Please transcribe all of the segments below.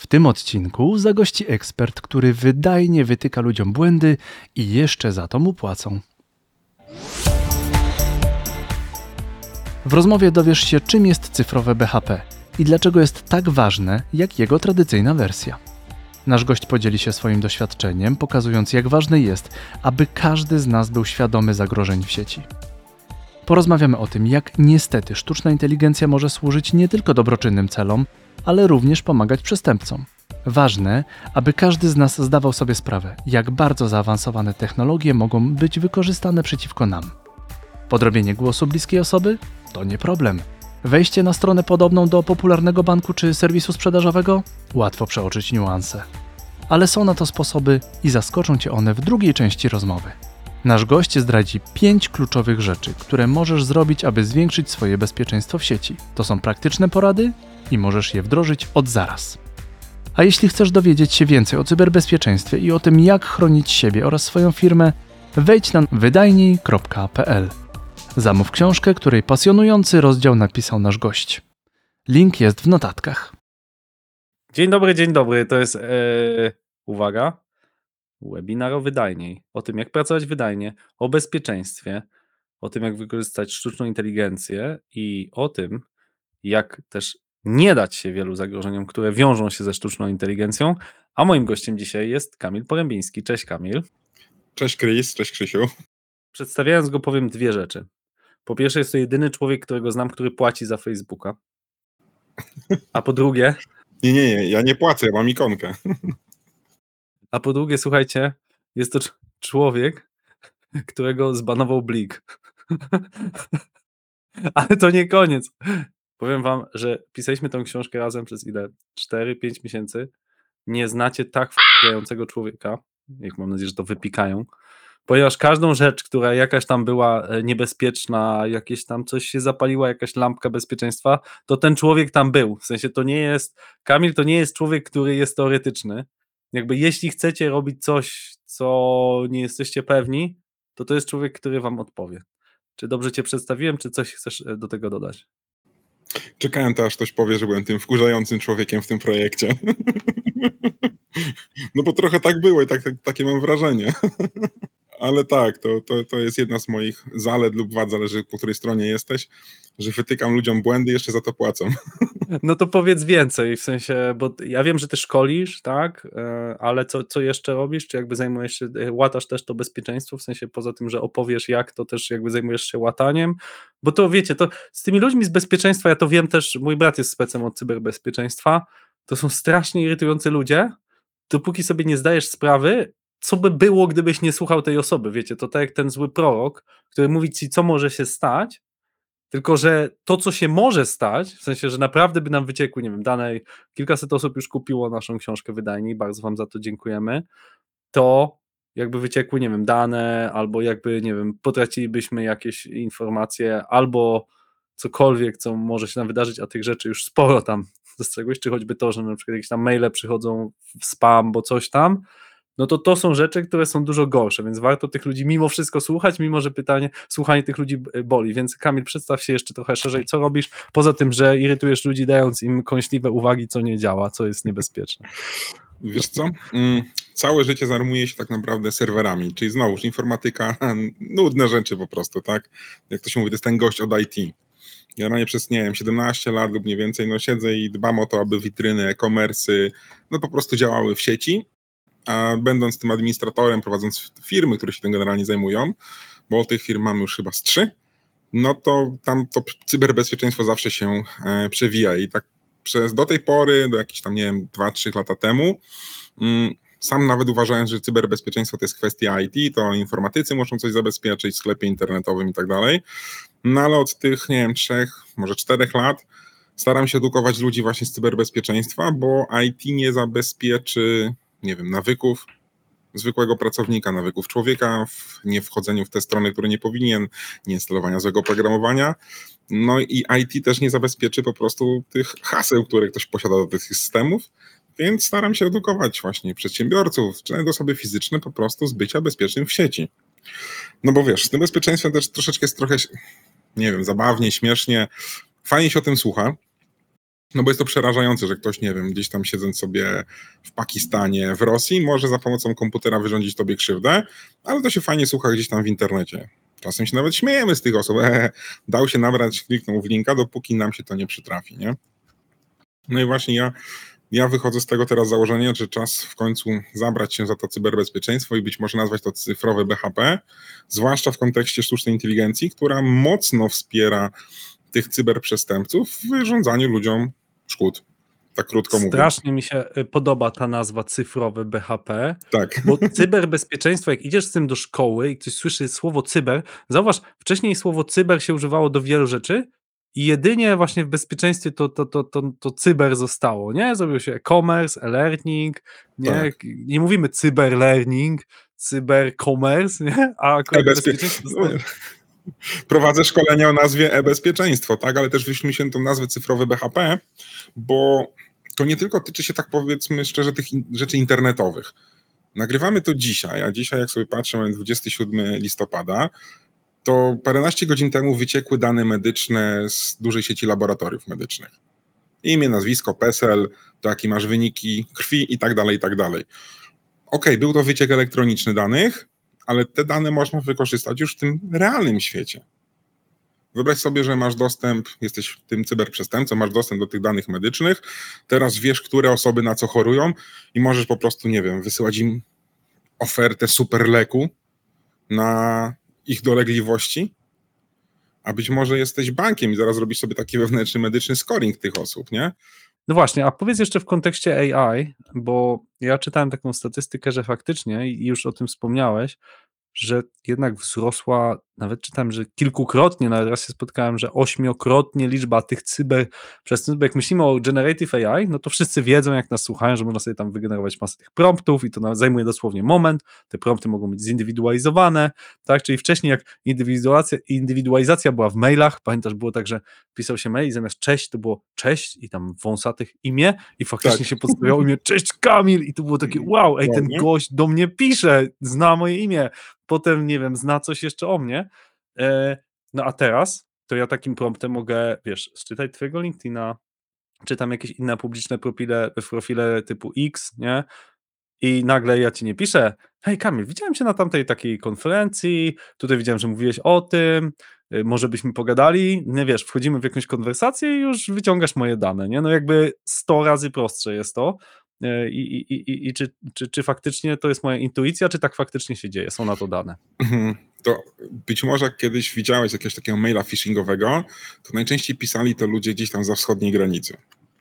W tym odcinku zagości ekspert, który wydajnie wytyka ludziom błędy i jeszcze za to mu płacą. W rozmowie dowiesz się, czym jest cyfrowe BHP i dlaczego jest tak ważne, jak jego tradycyjna wersja. Nasz gość podzieli się swoim doświadczeniem, pokazując, jak ważne jest, aby każdy z nas był świadomy zagrożeń w sieci. Porozmawiamy o tym, jak niestety sztuczna inteligencja może służyć nie tylko dobroczynnym celom, ale również pomagać przestępcom. Ważne, aby każdy z nas zdawał sobie sprawę, jak bardzo zaawansowane technologie mogą być wykorzystane przeciwko nam. Podrobienie głosu bliskiej osoby? To nie problem. Wejście na stronę podobną do popularnego banku czy serwisu sprzedażowego? Łatwo przeoczyć niuanse. Ale są na to sposoby i zaskoczą Cię one w drugiej części rozmowy. Nasz gość zdradzi 5 kluczowych rzeczy, które możesz zrobić, aby zwiększyć swoje bezpieczeństwo w sieci. To są praktyczne porady i możesz je wdrożyć od zaraz. A jeśli chcesz dowiedzieć się więcej o cyberbezpieczeństwie i o tym, jak chronić siebie oraz swoją firmę, wejdź na wydajniej.pl. Zamów książkę, której pasjonujący rozdział napisał nasz gość. Link jest w notatkach. Dzień dobry. To jest, uwaga, webinar o wydajniej. O tym, jak pracować wydajnie, o bezpieczeństwie, o tym, jak wykorzystać sztuczną inteligencję i o tym, jak też nie dać się wielu zagrożeniom, które wiążą się ze sztuczną inteligencją. A moim gościem dzisiaj jest Kamil Porębiński. Cześć Kamil. Cześć Chris, cześć Krzysiu. Przedstawiając go, powiem dwie rzeczy. Po pierwsze, jest to jedyny człowiek, którego znam, który płaci za Facebooka. A po drugie... Nie, ja nie płacę, ja mam ikonkę. A po drugie, słuchajcie, jest to człowiek, którego zbanował Blik. Ale to nie koniec. Powiem wam, że pisaliśmy tę książkę razem przez ile? 4-5 miesięcy. Nie znacie tak wpływającego człowieka, jak mam nadzieję, że to wypikają, ponieważ każdą rzecz, która jakaś tam była niebezpieczna, jakieś tam coś się zapaliła, jakaś lampka bezpieczeństwa, to ten człowiek tam był. W sensie to nie jest, Kamil to nie jest człowiek, który jest teoretyczny. Jakby jeśli chcecie robić coś, co nie jesteście pewni, to jest człowiek, który wam odpowie. Czy dobrze cię przedstawiłem, czy coś chcesz do tego dodać? Czekałem to, aż ktoś powie, że byłem tym wkurzającym człowiekiem w tym projekcie. No bo trochę tak było i takie mam wrażenie. Ale tak, to jest jedna z moich zalet lub wad, zależy po której stronie jesteś, że wytykam ludziom błędy i jeszcze za to płacą. No to powiedz więcej, w sensie, bo ja wiem, że ty szkolisz, tak, ale co jeszcze robisz, czy jakby zajmujesz się, łatasz też to bezpieczeństwo, w sensie poza tym, że opowiesz jak, to też jakby zajmujesz się łataniem, bo to wiecie, to z tymi ludźmi z bezpieczeństwa, ja to wiem też, mój brat jest specem od cyberbezpieczeństwa, to są strasznie irytujący ludzie, dopóki sobie nie zdajesz sprawy, co by było, gdybyś nie słuchał tej osoby, wiecie, to tak jak ten zły prorok, który mówi ci, co może się stać, tylko że to, co się może stać, w sensie, że naprawdę by nam wyciekły, nie wiem, dane, kilkaset osób już kupiło naszą książkę wydajnie i bardzo wam za to dziękujemy, to jakby wyciekły, nie wiem, dane, albo jakby, nie wiem, potracilibyśmy jakieś informacje, albo cokolwiek, co może się nam wydarzyć, a tych rzeczy już sporo tam dostrzegłeś, czy choćby to, że na przykład jakieś tam maile przychodzą w spam, bo coś tam, no to są rzeczy, które są dużo gorsze, więc warto tych ludzi mimo wszystko słuchać, mimo że słuchanie tych ludzi boli, więc Kamil, przedstaw się jeszcze trochę szerzej, co robisz, poza tym, że irytujesz ludzi, dając im kąśliwe uwagi, co nie działa, co jest niebezpieczne. Wiesz co? Całe życie zajmuję się tak naprawdę serwerami, czyli znowuż informatyka, nudne rzeczy po prostu, tak? Jak to się mówi, to jest ten gość od IT. Ja przez, nie wiem, 17 lat lub mniej więcej, no siedzę i dbam o to, aby witryny, e-commerce'y, no po prostu działały w sieci, a będąc tym administratorem, prowadząc firmy, które się tym generalnie zajmują, bo tych firm mamy już chyba z 3, no to tam to cyberbezpieczeństwo zawsze się przewija i tak do tej pory, do jakichś tam, nie wiem, 2-3 lata temu, sam nawet uważając, że cyberbezpieczeństwo to jest kwestia IT, to informatycy muszą coś zabezpieczyć w sklepie internetowym i tak dalej, no ale od tych, nie wiem, 3, może 4 lat staram się edukować ludzi właśnie z cyberbezpieczeństwa, bo IT nie zabezpieczy, nie wiem, nawyków zwykłego pracownika, nawyków człowieka, nie wchodzeniu w te strony, które nie powinien, nie instalowania złego oprogramowania. No i IT też nie zabezpieczy po prostu tych haseł, które ktoś posiada do tych systemów, więc staram się edukować właśnie przedsiębiorców, czy nawet osoby fizyczne po prostu z bycia bezpiecznym w sieci. No bo wiesz, z tym bezpieczeństwem też troszeczkę jest trochę, nie wiem, zabawnie, śmiesznie, fajnie się o tym słucha, No bo jest to przerażające, że ktoś, nie wiem, gdzieś tam siedząc sobie w Pakistanie, w Rosji, może za pomocą komputera wyrządzić tobie krzywdę, ale to się fajnie słucha gdzieś tam w internecie. Czasem się nawet śmiejemy z tych osób. Dał się nabrać, kliknął w linka, dopóki nam się to nie przytrafi, nie? No i właśnie ja wychodzę z tego teraz założenia, że czas w końcu zabrać się za to cyberbezpieczeństwo i być może nazwać to cyfrowe BHP, zwłaszcza w kontekście sztucznej inteligencji, która mocno wspiera tych cyberprzestępców w wyrządzaniu ludziom szkód. Tak krótko mówiąc. Strasznie mi się podoba ta nazwa cyfrowe BHP, Tak. bo cyberbezpieczeństwo, jak idziesz z tym do szkoły i ktoś słyszy słowo cyber, zauważ, wcześniej słowo cyber się używało do wielu rzeczy i jedynie właśnie w bezpieczeństwie to cyber zostało, nie? Zrobił się e-commerce, e-learning, nie? Tak. Nie mówimy cyber-learning, cyber-commerce, nie? A akurat bezpieczeństwo zostało. Prowadzę szkolenia o nazwie e-bezpieczeństwo, tak, ale też wyśmieliśmy tą nazwę cyfrowe BHP, bo to nie tylko tyczy się, tak powiedzmy szczerze, tych rzeczy internetowych. Nagrywamy to dzisiaj, a dzisiaj, jak sobie patrzę, mamy 27 listopada, to paręnaście godzin temu wyciekły dane medyczne z dużej sieci laboratoriów medycznych. Imię, nazwisko, PESEL, to jakie masz wyniki krwi i tak dalej, i tak dalej. Okej, był to wyciek elektroniczny danych, ale te dane można wykorzystać już w tym realnym świecie. Wyobraź sobie, że masz dostęp, jesteś tym cyberprzestępcą, masz dostęp do tych danych medycznych, teraz wiesz, które osoby na co chorują i możesz po prostu, nie wiem, wysyłać im ofertę super leku na ich dolegliwości, a być może jesteś bankiem i zaraz robisz sobie taki wewnętrzny medyczny scoring tych osób, nie? No właśnie, a powiedz jeszcze w kontekście AI, bo ja czytałem taką statystykę, że faktycznie, i już o tym wspomniałeś, że jednak wzrosła, nawet czytałem, że kilkukrotnie, nawet raz się spotkałem, że 8-krotnie liczba tych cyberprzestępstw, bo jak myślimy o generative AI, no to wszyscy wiedzą, jak nas słuchają, że można sobie tam wygenerować masę tych promptów i to nawet zajmuje dosłownie moment, te prompty mogą być zindywidualizowane, tak, czyli wcześniej jak indywidualizacja była w mailach, pamiętasz, było tak, że pisał się mail i zamiast cześć to było cześć i tam wąsatych imię i faktycznie Tak. się podstawiało imię cześć Kamil i to było takie wow, ej, ten Ładnie. gość do mnie pisze, zna moje imię, potem, nie wiem, zna coś jeszcze o mnie. No a teraz to ja takim promptem mogę, wiesz, czytać twojego LinkedIna, czy tam jakieś inne publiczne profile typu X, nie? I nagle ja ci nie piszę, hej Kamil, widziałem cię na tamtej takiej konferencji, tutaj widziałem, że mówiłeś o tym, może byśmy pogadali, nie wiesz, wchodzimy w jakąś konwersację i już wyciągasz moje dane, nie? No jakby 100 razy prostsze jest to. I czy faktycznie to jest moja intuicja, czy tak faktycznie się dzieje? Są na to dane. To być może jak kiedyś widziałeś jakiegoś takiego maila phishingowego, to najczęściej pisali to ludzie gdzieś tam za wschodniej granicy.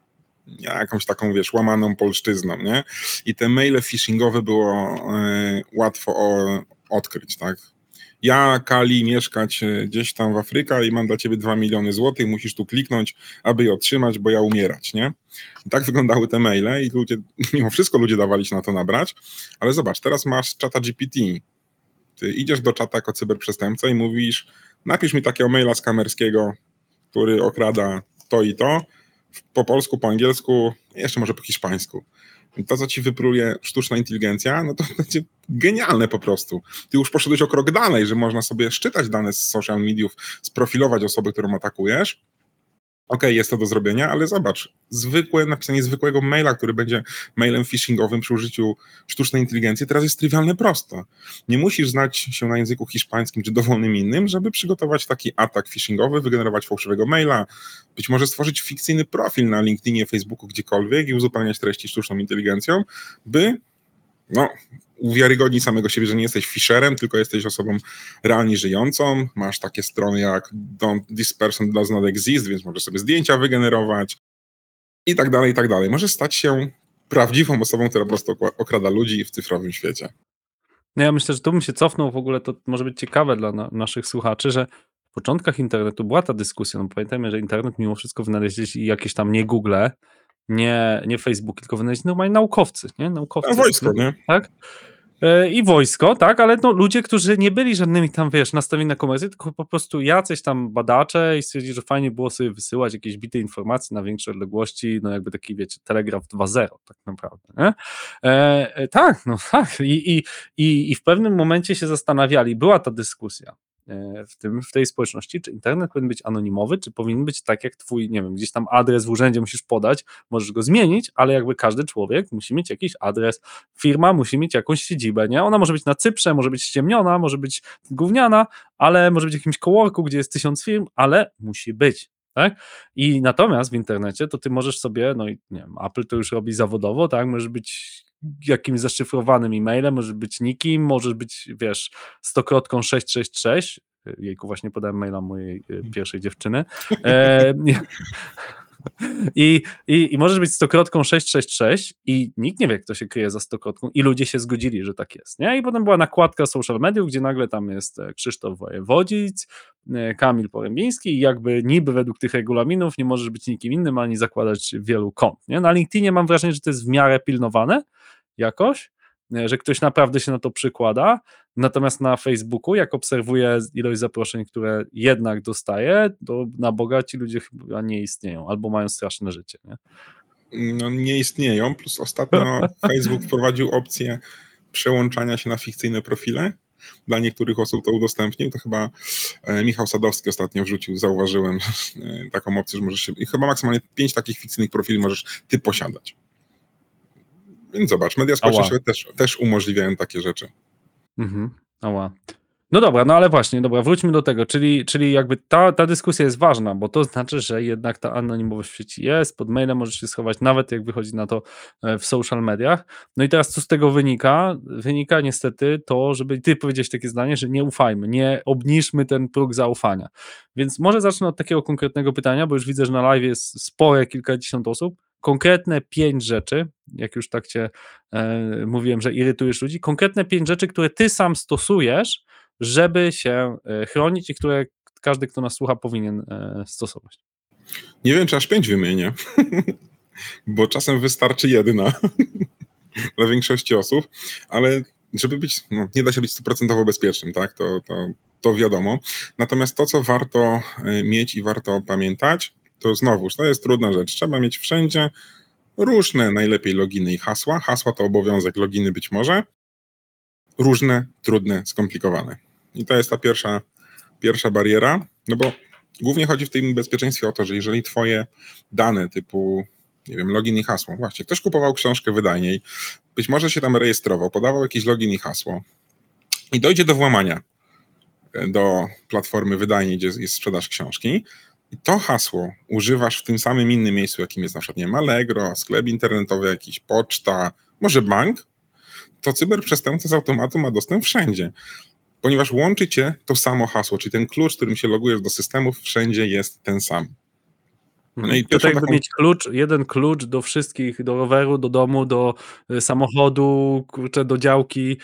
Jakąś taką, wiesz, łamaną polszczyzną, nie? I te maile phishingowe było łatwo odkryć, tak? Ja, Kali, mieszkać gdzieś tam w Afryce i mam dla ciebie 2 miliony złotych, musisz tu kliknąć, aby je otrzymać, bo ja umierać, nie? I tak wyglądały te maile i ludzie, mimo wszystko ludzie dawali się na to nabrać, ale zobacz, teraz masz czata GPT. Ty idziesz do czata jako cyberprzestępca i mówisz, napisz mi takiego maila skamerskiego, który okrada to i to, po polsku, po angielsku, jeszcze może po hiszpańsku. To, co ci wypruje sztuczna inteligencja, no to będzie genialne po prostu. Ty już poszedłeś o krok dalej, że można sobie szczytać dane z social mediów, sprofilować osobę, którą atakujesz. Okej, jest to do zrobienia, ale zobacz, napisanie zwykłego maila, który będzie mailem phishingowym przy użyciu sztucznej inteligencji, teraz jest trywialnie proste. Nie musisz znać się na języku hiszpańskim czy dowolnym innym, żeby przygotować taki atak phishingowy, wygenerować fałszywego maila, być może stworzyć fikcyjny profil na LinkedInie, Facebooku, gdziekolwiek i uzupełniać treści sztuczną inteligencją, by uwiarygodnić samego siebie, że nie jesteś fisherem, tylko jesteś osobą realnie żyjącą. Masz takie strony jak this person does not exist, więc możesz sobie zdjęcia wygenerować i tak dalej, i tak dalej. Możesz stać się prawdziwą osobą, która po prostu okrada ludzi w cyfrowym świecie. No ja myślę, że tu bym się cofnął w ogóle, to może być ciekawe dla naszych słuchaczy, że w początkach internetu była ta dyskusja, no pamiętajmy, że internet mimo wszystko wynaleźli jakieś tam nie Google, nie Facebook, tylko wynaleźli normalnie naukowcy, nie? Naukowcy. A wojsko, nie? Tak? I wojsko, tak, ale no ludzie, którzy nie byli żadnymi tam, wiesz, nastawieni na komercję, tylko po prostu jacyś tam badacze i stwierdzili, że fajnie było sobie wysyłać jakieś bite informacje na większe odległości, no jakby taki, wiecie, telegraf 2.0 tak naprawdę, nie? Tak, no tak. I w pewnym momencie się zastanawiali, była ta dyskusja, w tej społeczności, czy internet powinien być anonimowy, czy powinien być tak jak twój, nie wiem, gdzieś tam adres w urzędzie musisz podać, możesz go zmienić, ale jakby każdy człowiek musi mieć jakiś adres, firma musi mieć jakąś siedzibę, nie? Ona może być na Cyprze, może być ściemniona, może być gówniana, ale może być w jakimś coworku, gdzie jest 1000 firm, ale musi być. Tak? I natomiast w internecie to ty możesz sobie, no i nie wiem, Apple to już robi zawodowo, tak? Możesz być jakimś zaszyfrowanym e-mailem, możesz być nikim, możesz być, wiesz, 100-666. Jejku, właśnie podałem maila mojej pierwszej dziewczyny. I możesz być 100-666 i nikt nie wie, kto się kryje za 100 i ludzie się zgodzili, że tak jest, nie? I potem była nakładka social mediów, gdzie nagle tam jest Krzysztof Wojewodzic, Kamil Porębiński i jakby niby według tych regulaminów nie możesz być nikim innym, ani zakładać wielu kont, nie? Na LinkedInie mam wrażenie, że to jest w miarę pilnowane jakoś, że ktoś naprawdę się na to przykłada, natomiast na Facebooku, jak obserwuję ilość zaproszeń, które jednak dostaję, to na Boga ci ludzie chyba nie istnieją, albo mają straszne życie, nie? No nie istnieją, plus ostatnio Facebook wprowadził opcję przełączania się na fikcyjne profile. Dla niektórych osób to udostępnił, to chyba Michał Sadowski ostatnio wrzucił, zauważyłem taką opcję, że możesz się, i chyba maksymalnie 5 takich fikcyjnych profili możesz ty posiadać. Więc zobacz, media społecznościowe też umożliwiają takie rzeczy. Ała. No dobra, no ale właśnie, dobra, wróćmy do tego, czyli jakby ta dyskusja jest ważna, bo to znaczy, że jednak ta anonimowość w sieci jest, pod mailem możesz się schować, nawet jak wychodzi na to w social mediach. No i teraz co z tego wynika? Wynika niestety to, żeby ty powiedziałeś takie zdanie, że nie ufajmy, nie obniżmy ten próg zaufania. Więc może zacznę od takiego konkretnego pytania, bo już widzę, że na live jest spore kilkadziesiąt osób. Konkretne 5 rzeczy, jak już tak cię mówiłem, że irytujesz ludzi, konkretne 5 rzeczy, które ty sam stosujesz, żeby się chronić i które każdy, kto nas słucha, powinien stosować. Nie wiem, czy aż 5 wymienię, bo czasem wystarczy jedna dla większości osób, ale żeby być, no, nie da się być 100% bezpiecznym, tak? To wiadomo. Natomiast to, co warto mieć i warto pamiętać, to znowuż, to jest trudna rzecz. Trzeba mieć wszędzie różne, najlepiej loginy i hasła. Hasła to obowiązek, loginy być może. Różne, trudne, skomplikowane. I to jest ta pierwsza bariera, no bo głównie chodzi w tym bezpieczeństwie o to, że jeżeli twoje dane typu, nie wiem, login i hasło, właśnie ktoś kupował książkę wydajniej, być może się tam rejestrował, podawał jakiś login i hasło i dojdzie do włamania do platformy wydajniej, gdzie jest sprzedaż książki, i to hasło używasz w tym samym innym miejscu, jakim jest na przykład, nie wiem, Allegro, sklep internetowy, jakiś poczta, może bank, to cyberprzestępca z automatu ma dostęp wszędzie, ponieważ łączy cię to samo hasło, czyli ten klucz, którym się logujesz do systemów, wszędzie jest ten sam. No i to jakby mieć jeden klucz do wszystkich, do roweru, do domu, do samochodu, kurczę, do działki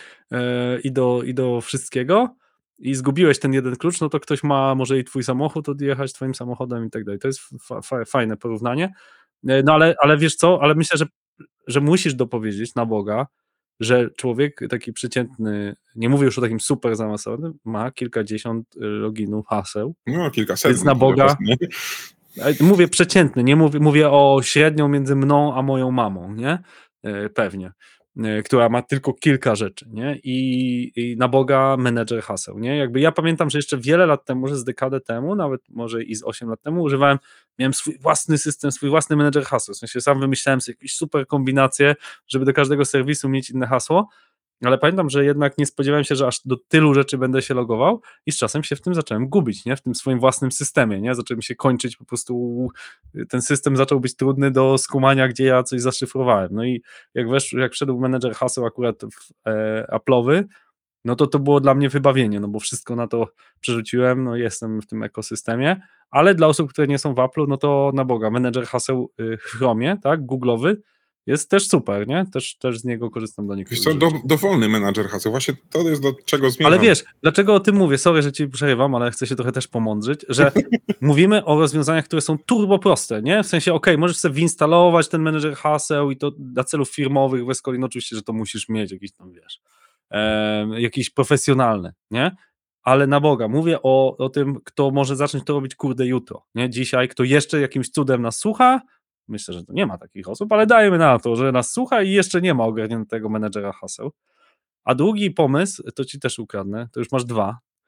i do wszystkiego, i zgubiłeś ten jeden klucz, no to ktoś ma może i twój samochód, odjechać twoim samochodem i tak dalej. To jest fajne porównanie. No ale wiesz co, ale myślę, że musisz dopowiedzieć na Boga, że człowiek taki przeciętny, nie mówię już o takim super zaawansowanym, ma kilkadziesiąt loginów, haseł. No, kilkaset. Więc na Boga... Mówię przeciętny, nie mówię o średnią między mną a moją mamą, nie? Pewnie. Która ma tylko kilka rzeczy, nie? I na Boga menedżer haseł, nie? Jakby ja pamiętam, że jeszcze wiele lat temu, że z dekadę temu, nawet może i z 8 lat temu miałem swój własny system, swój własny menedżer haseł, w sensie sam wymyślałem sobie jakieś super kombinacje, żeby do każdego serwisu mieć inne hasło, ale pamiętam, że jednak nie spodziewałem się, że aż do tylu rzeczy będę się logował i z czasem się w tym zacząłem gubić, nie? W tym swoim własnym systemie, nie? Zacząłem się kończyć, po prostu ten system zaczął być trudny do skumania, gdzie ja coś zaszyfrowałem. No i jak wszedł menedżer haseł akurat Apple'owy, no to było dla mnie wybawienie, no bo wszystko na to przerzuciłem, no jestem w tym ekosystemie, ale dla osób, które nie są w Apple'u, no to na Boga, menedżer haseł w Chromie, tak, Google'owy, jest też super, nie? Też z niego korzystam dla niektórych. Wiesz co, dowolny menadżer haseł, właśnie to jest do czego zmierzam. Ale wiesz, dlaczego o tym mówię? Sorry, że ci przerywam, ale chcę się trochę też pomądrzyć, że mówimy o rozwiązaniach, które są turbo proste, nie? W sensie, możesz sobie wyinstalować ten menedżer haseł i to dla celów firmowych, w Escoli, no oczywiście, że to musisz mieć jakiś tam, wiesz, jakiś profesjonalny, nie? Ale na Boga, mówię o tym, kto może zacząć to robić, kurde, jutro, nie? Dzisiaj, kto jeszcze jakimś cudem nas słucha. Myślę, że to nie ma takich osób, ale dajmy na to, że nas słucha i jeszcze nie ma ogarniętego menedżera haseł. A drugi pomysł, to ci też ukradnę, to już masz 2.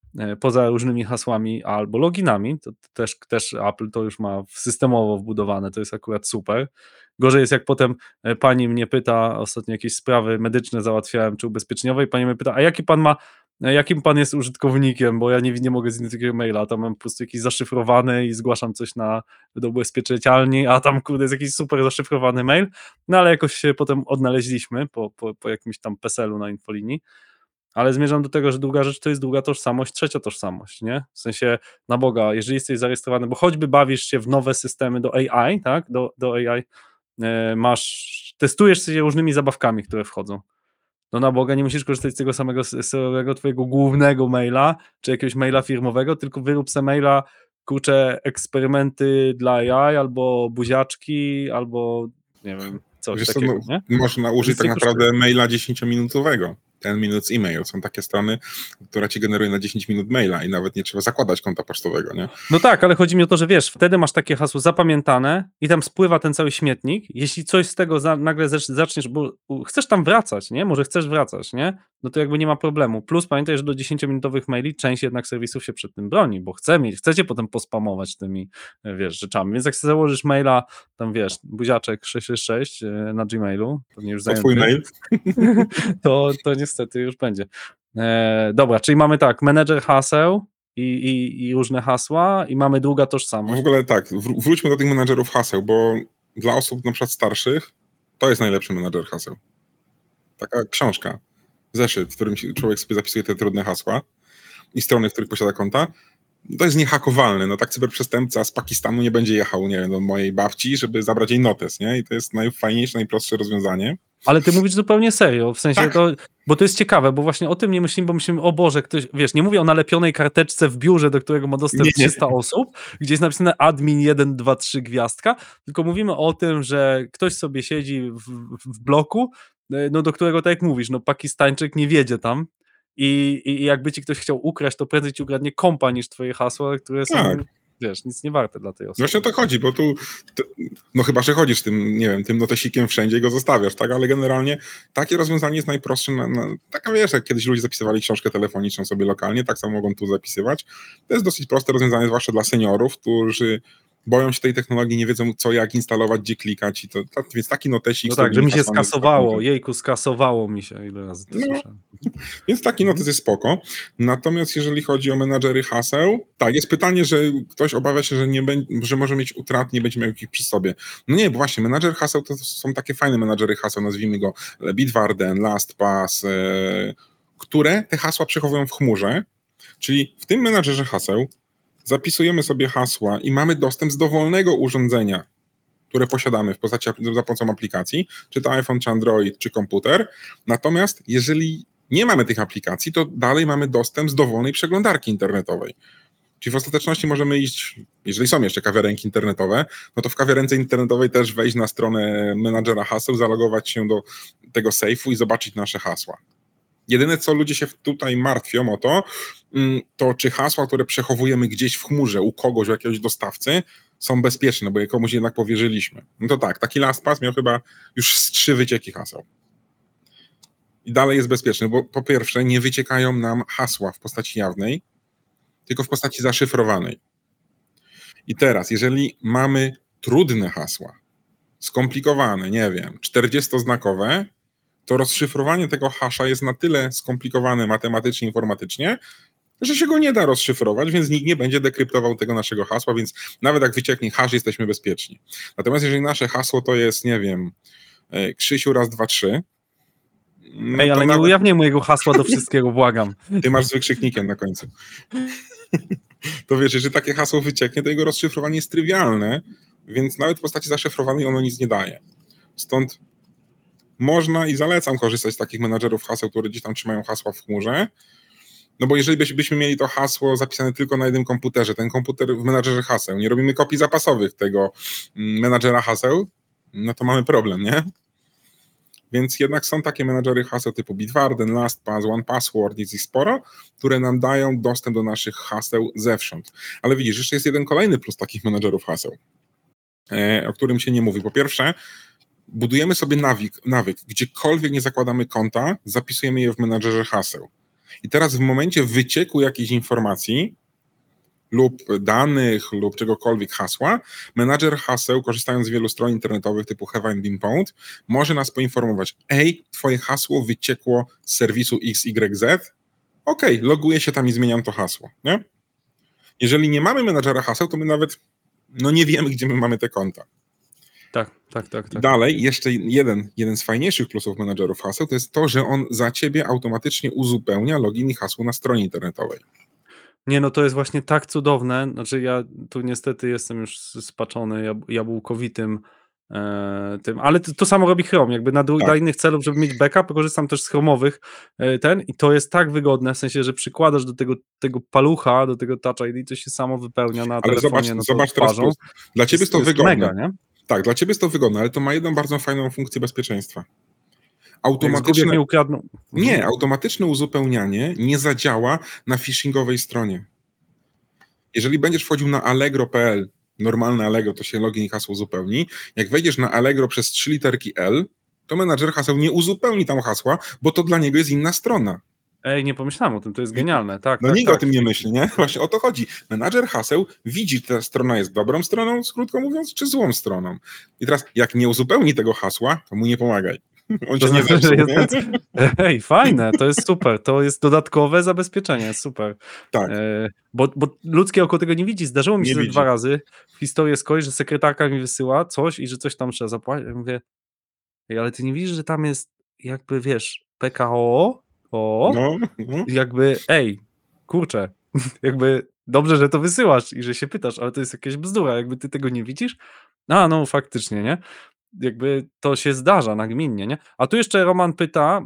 poza różnymi hasłami albo loginami, to też Apple to już ma systemowo wbudowane, to jest akurat super. Gorzej jest, jak potem pani mnie pyta, ostatnio jakieś sprawy medyczne załatwiałem, czy ubezpieczeniowe, i pani mnie pyta, a jakim pan jest użytkownikiem, bo ja nie mogę zidentyfikować maila, tam mam po prostu jakiś zaszyfrowany i zgłaszam coś do ubezpieczycialni, a tam kurde jest jakiś super zaszyfrowany mail, no ale jakoś się potem odnaleźliśmy po jakimś tam PESEL-u na infolinii. Ale zmierzam do tego, że druga rzecz to jest druga tożsamość, trzecia tożsamość, nie? W sensie, na Boga, jeżeli jesteś zarejestrowany, bo choćby bawisz się w nowe systemy do AI, tak? Do AI, testujesz się różnymi zabawkami, które wchodzą. No na Boga, nie musisz korzystać z tego samego twojego głównego maila, czy jakiegoś maila firmowego, tylko wyrób se maila, kurczę, eksperymenty dla AI, albo buziaczki, albo nie wiem, coś Wiesz co, takiego, nie? można użyć Nic tak nie naprawdę kosztuje. maila 10-minutowego. 10 minutes e-mail. Są takie strony, które ci generują na 10 minut maila i nawet nie trzeba zakładać konta pocztowego, nie? No tak, ale chodzi mi o to, że wiesz, wtedy masz takie hasło zapamiętane i tam spływa ten cały śmietnik. Jeśli coś z tego nagle zaczniesz, bo chcesz tam wracać, nie? Może chcesz wracać, nie? No to jakby nie ma problemu. Plus pamiętaj, że do 10-minutowych maili część jednak serwisów się przed tym broni, bo chcecie potem pospamować tymi, wiesz, rzeczami. Więc jak sobie założysz maila, tam wiesz, buziaczek 666 na Gmailu, pewnie już To twój mail. to niestety już będzie. Dobra, czyli mamy tak, menedżer haseł i różne hasła i mamy druga W tożsamość. ogóle tak, wróćmy do tych menadżerów haseł, bo dla osób na przykład starszych to jest najlepszy menadżer haseł. Taka książka, zeszyt, w którym człowiek sobie zapisuje te trudne hasła i strony, w których posiada konta. To jest niehakowalne. No tak cyberprzestępca z Pakistanu nie będzie jechał, nie wiem, do mojej babci, żeby zabrać jej notes, nie? I to jest najfajniejsze, najprostsze rozwiązanie. Ale ty mówisz zupełnie serio, w sensie Tak. bo to jest ciekawe, bo właśnie o tym nie myślimy, bo myślimy, o Boże, ktoś, wiesz, nie mówię o nalepionej karteczce w biurze, do którego ma dostęp Nie. 300 osób, gdzie jest napisane admin 1, 2, 3 gwiazdka, tylko mówimy o tym, że ktoś sobie siedzi w bloku, no do którego, tak jak mówisz, no Pakistańczyk nie wiedzie tam i jakby ci ktoś chciał ukraść, to prędzej ci ukradnie kompa niż twoje hasła, które są, Tak. wiesz, nic nie warte dla tej osoby. Właśnie o to chodzi, bo no chyba, że chodzisz tym, nie wiem, tym notesikiem wszędzie i go zostawiasz, tak? Ale generalnie takie rozwiązanie jest najprostsze. Taka wiesz, jak kiedyś ludzie zapisywali książkę telefoniczną sobie lokalnie, tak samo mogą tu zapisywać. To jest dosyć proste rozwiązanie, zwłaszcza dla seniorów, którzy boją się tej technologii, nie wiedzą co, jak instalować, gdzie klikać i więc taki notesik... No tak, że mi się hasłami skasowało, jejku, skasowało mi się, ile razy to No. słyszałem. Więc taki notes jest spoko. Natomiast jeżeli chodzi o menadżery haseł, tak, jest pytanie, że ktoś obawia się, że może mieć utrat, nie będzie miał ich przy sobie. No nie, bo właśnie menadżer haseł to są takie fajne menadżery haseł, nazwijmy go Bitwarden, LastPass, które te hasła przechowują w chmurze, czyli w tym menadżerze haseł zapisujemy sobie hasła i mamy dostęp z dowolnego urządzenia, które posiadamy za pomocą aplikacji, czy to iPhone, czy Android, czy komputer. Natomiast jeżeli nie mamy tych aplikacji, to dalej mamy dostęp z dowolnej przeglądarki internetowej. Czyli w ostateczności możemy iść, jeżeli są jeszcze kawiarenki internetowe, no to w kawiarence internetowej też wejść na stronę menadżera haseł, zalogować się do tego sejfu i zobaczyć nasze hasła. Jedyne, co ludzie się tutaj martwią o to czy hasła, które przechowujemy gdzieś w chmurze u kogoś, u jakiegoś dostawcy, są bezpieczne, bo je komuś jednak powierzyliśmy. No to tak, taki LastPass miał chyba już z 3 wycieki haseł. I dalej jest bezpieczny, bo po pierwsze nie wyciekają nam hasła w postaci jawnej, tylko w postaci zaszyfrowanej. I teraz, jeżeli mamy trudne hasła, skomplikowane, nie wiem, 40-znakowe, to rozszyfrowanie tego hasza jest na tyle skomplikowane matematycznie, informatycznie, że się go nie da rozszyfrować, więc nikt nie będzie dekryptował tego naszego hasła, więc nawet jak wycieknie hasz, jesteśmy bezpieczni. Natomiast jeżeli nasze hasło to jest, nie wiem, Krzysiu raz, dwa, trzy. No ale nie ujawnię mojego hasła do wszystkiego, błagam. Ty masz z wykrzyknikiem na końcu. To wiesz, jeżeli takie hasło wycieknie, to jego rozszyfrowanie jest trywialne, więc nawet w postaci zaszyfrowanej ono nic nie daje. Stąd można i zalecam korzystać z takich menadżerów haseł, które gdzieś tam trzymają hasła w chmurze, no bo jeżeli byśmy mieli to hasło zapisane tylko na jednym komputerze, ten komputer w menadżerze haseł, nie robimy kopii zapasowych tego menadżera haseł, no to mamy problem, nie? Więc jednak są takie menadżery haseł typu Bitwarden, LastPass, OnePassword, jest ich sporo, które nam dają dostęp do naszych haseł zewsząd. Ale widzisz, jeszcze jest jeden kolejny plus takich menadżerów haseł, o którym się nie mówi. Po pierwsze, budujemy sobie nawyk, gdziekolwiek nie zakładamy konta, zapisujemy je w menadżerze haseł. I teraz w momencie wycieku jakiejś informacji lub danych, lub czegokolwiek hasła, menadżer haseł, korzystając z wielu stron internetowych typu Have I Been Pwned, może nas poinformować: ej, twoje hasło wyciekło z serwisu XYZ, okej, loguję się tam i zmieniam to hasło, nie? Jeżeli nie mamy menadżera haseł, to my nawet nie wiemy, gdzie my mamy te konta. Tak. Dalej, jeszcze jeden z fajniejszych plusów menadżerów haseł to jest to, że on za ciebie automatycznie uzupełnia login i hasło na stronie internetowej. Nie, no to jest właśnie tak cudowne, znaczy ja tu niestety jestem już spaczony jabłkowitym tym, ale to samo robi Chrome, jakby dla innych celów, żeby mieć backup, korzystam też z chromowych i to jest tak wygodne, w sensie, że przykładasz do tego palucha, do tego Touch ID, to się samo wypełnia na telefonie. Zobacz teraz plus. Dla ciebie jest to wygodne. Mega, nie? Tak, dla ciebie jest to wygodne, ale to ma jedną bardzo fajną funkcję bezpieczeństwa. Automatyczne uzupełnianie nie zadziała na phishingowej stronie. Jeżeli będziesz wchodził na allegro.pl, normalne Allegro, to się login i hasło uzupełni. Jak wejdziesz na Allegro przez 3 literki L, to menadżer haseł nie uzupełni tam hasła, bo to dla niego jest inna strona. Ej, nie pomyślałem o tym, to jest genialne. Tak, nikt o tym nie myśli, nie? Właśnie o to chodzi. Menadżer haseł widzi, czy ta strona jest dobrą stroną, krótko mówiąc, czy złą stroną. I teraz, jak nie uzupełni tego hasła, to mu nie pomagaj. On cię nie zepsuł, nie? Ej, fajne, to jest super, to jest dodatkowe zabezpieczenie, super. Tak. Bo ludzkie oko tego nie widzi. Zdarzyło mi się 2 razy w historii skończyć, że sekretarka mi wysyła coś i że coś tam trzeba zapłacić. Ja mówię, ej, ale ty nie widzisz, że tam jest jakby, wiesz, PKO? Jakby, ej, kurczę, jakby dobrze, że to wysyłasz i że się pytasz, ale to jest jakaś bzdura, jakby ty tego nie widzisz? No faktycznie, nie? Jakby to się zdarza nagminnie, nie? A tu jeszcze Roman pyta,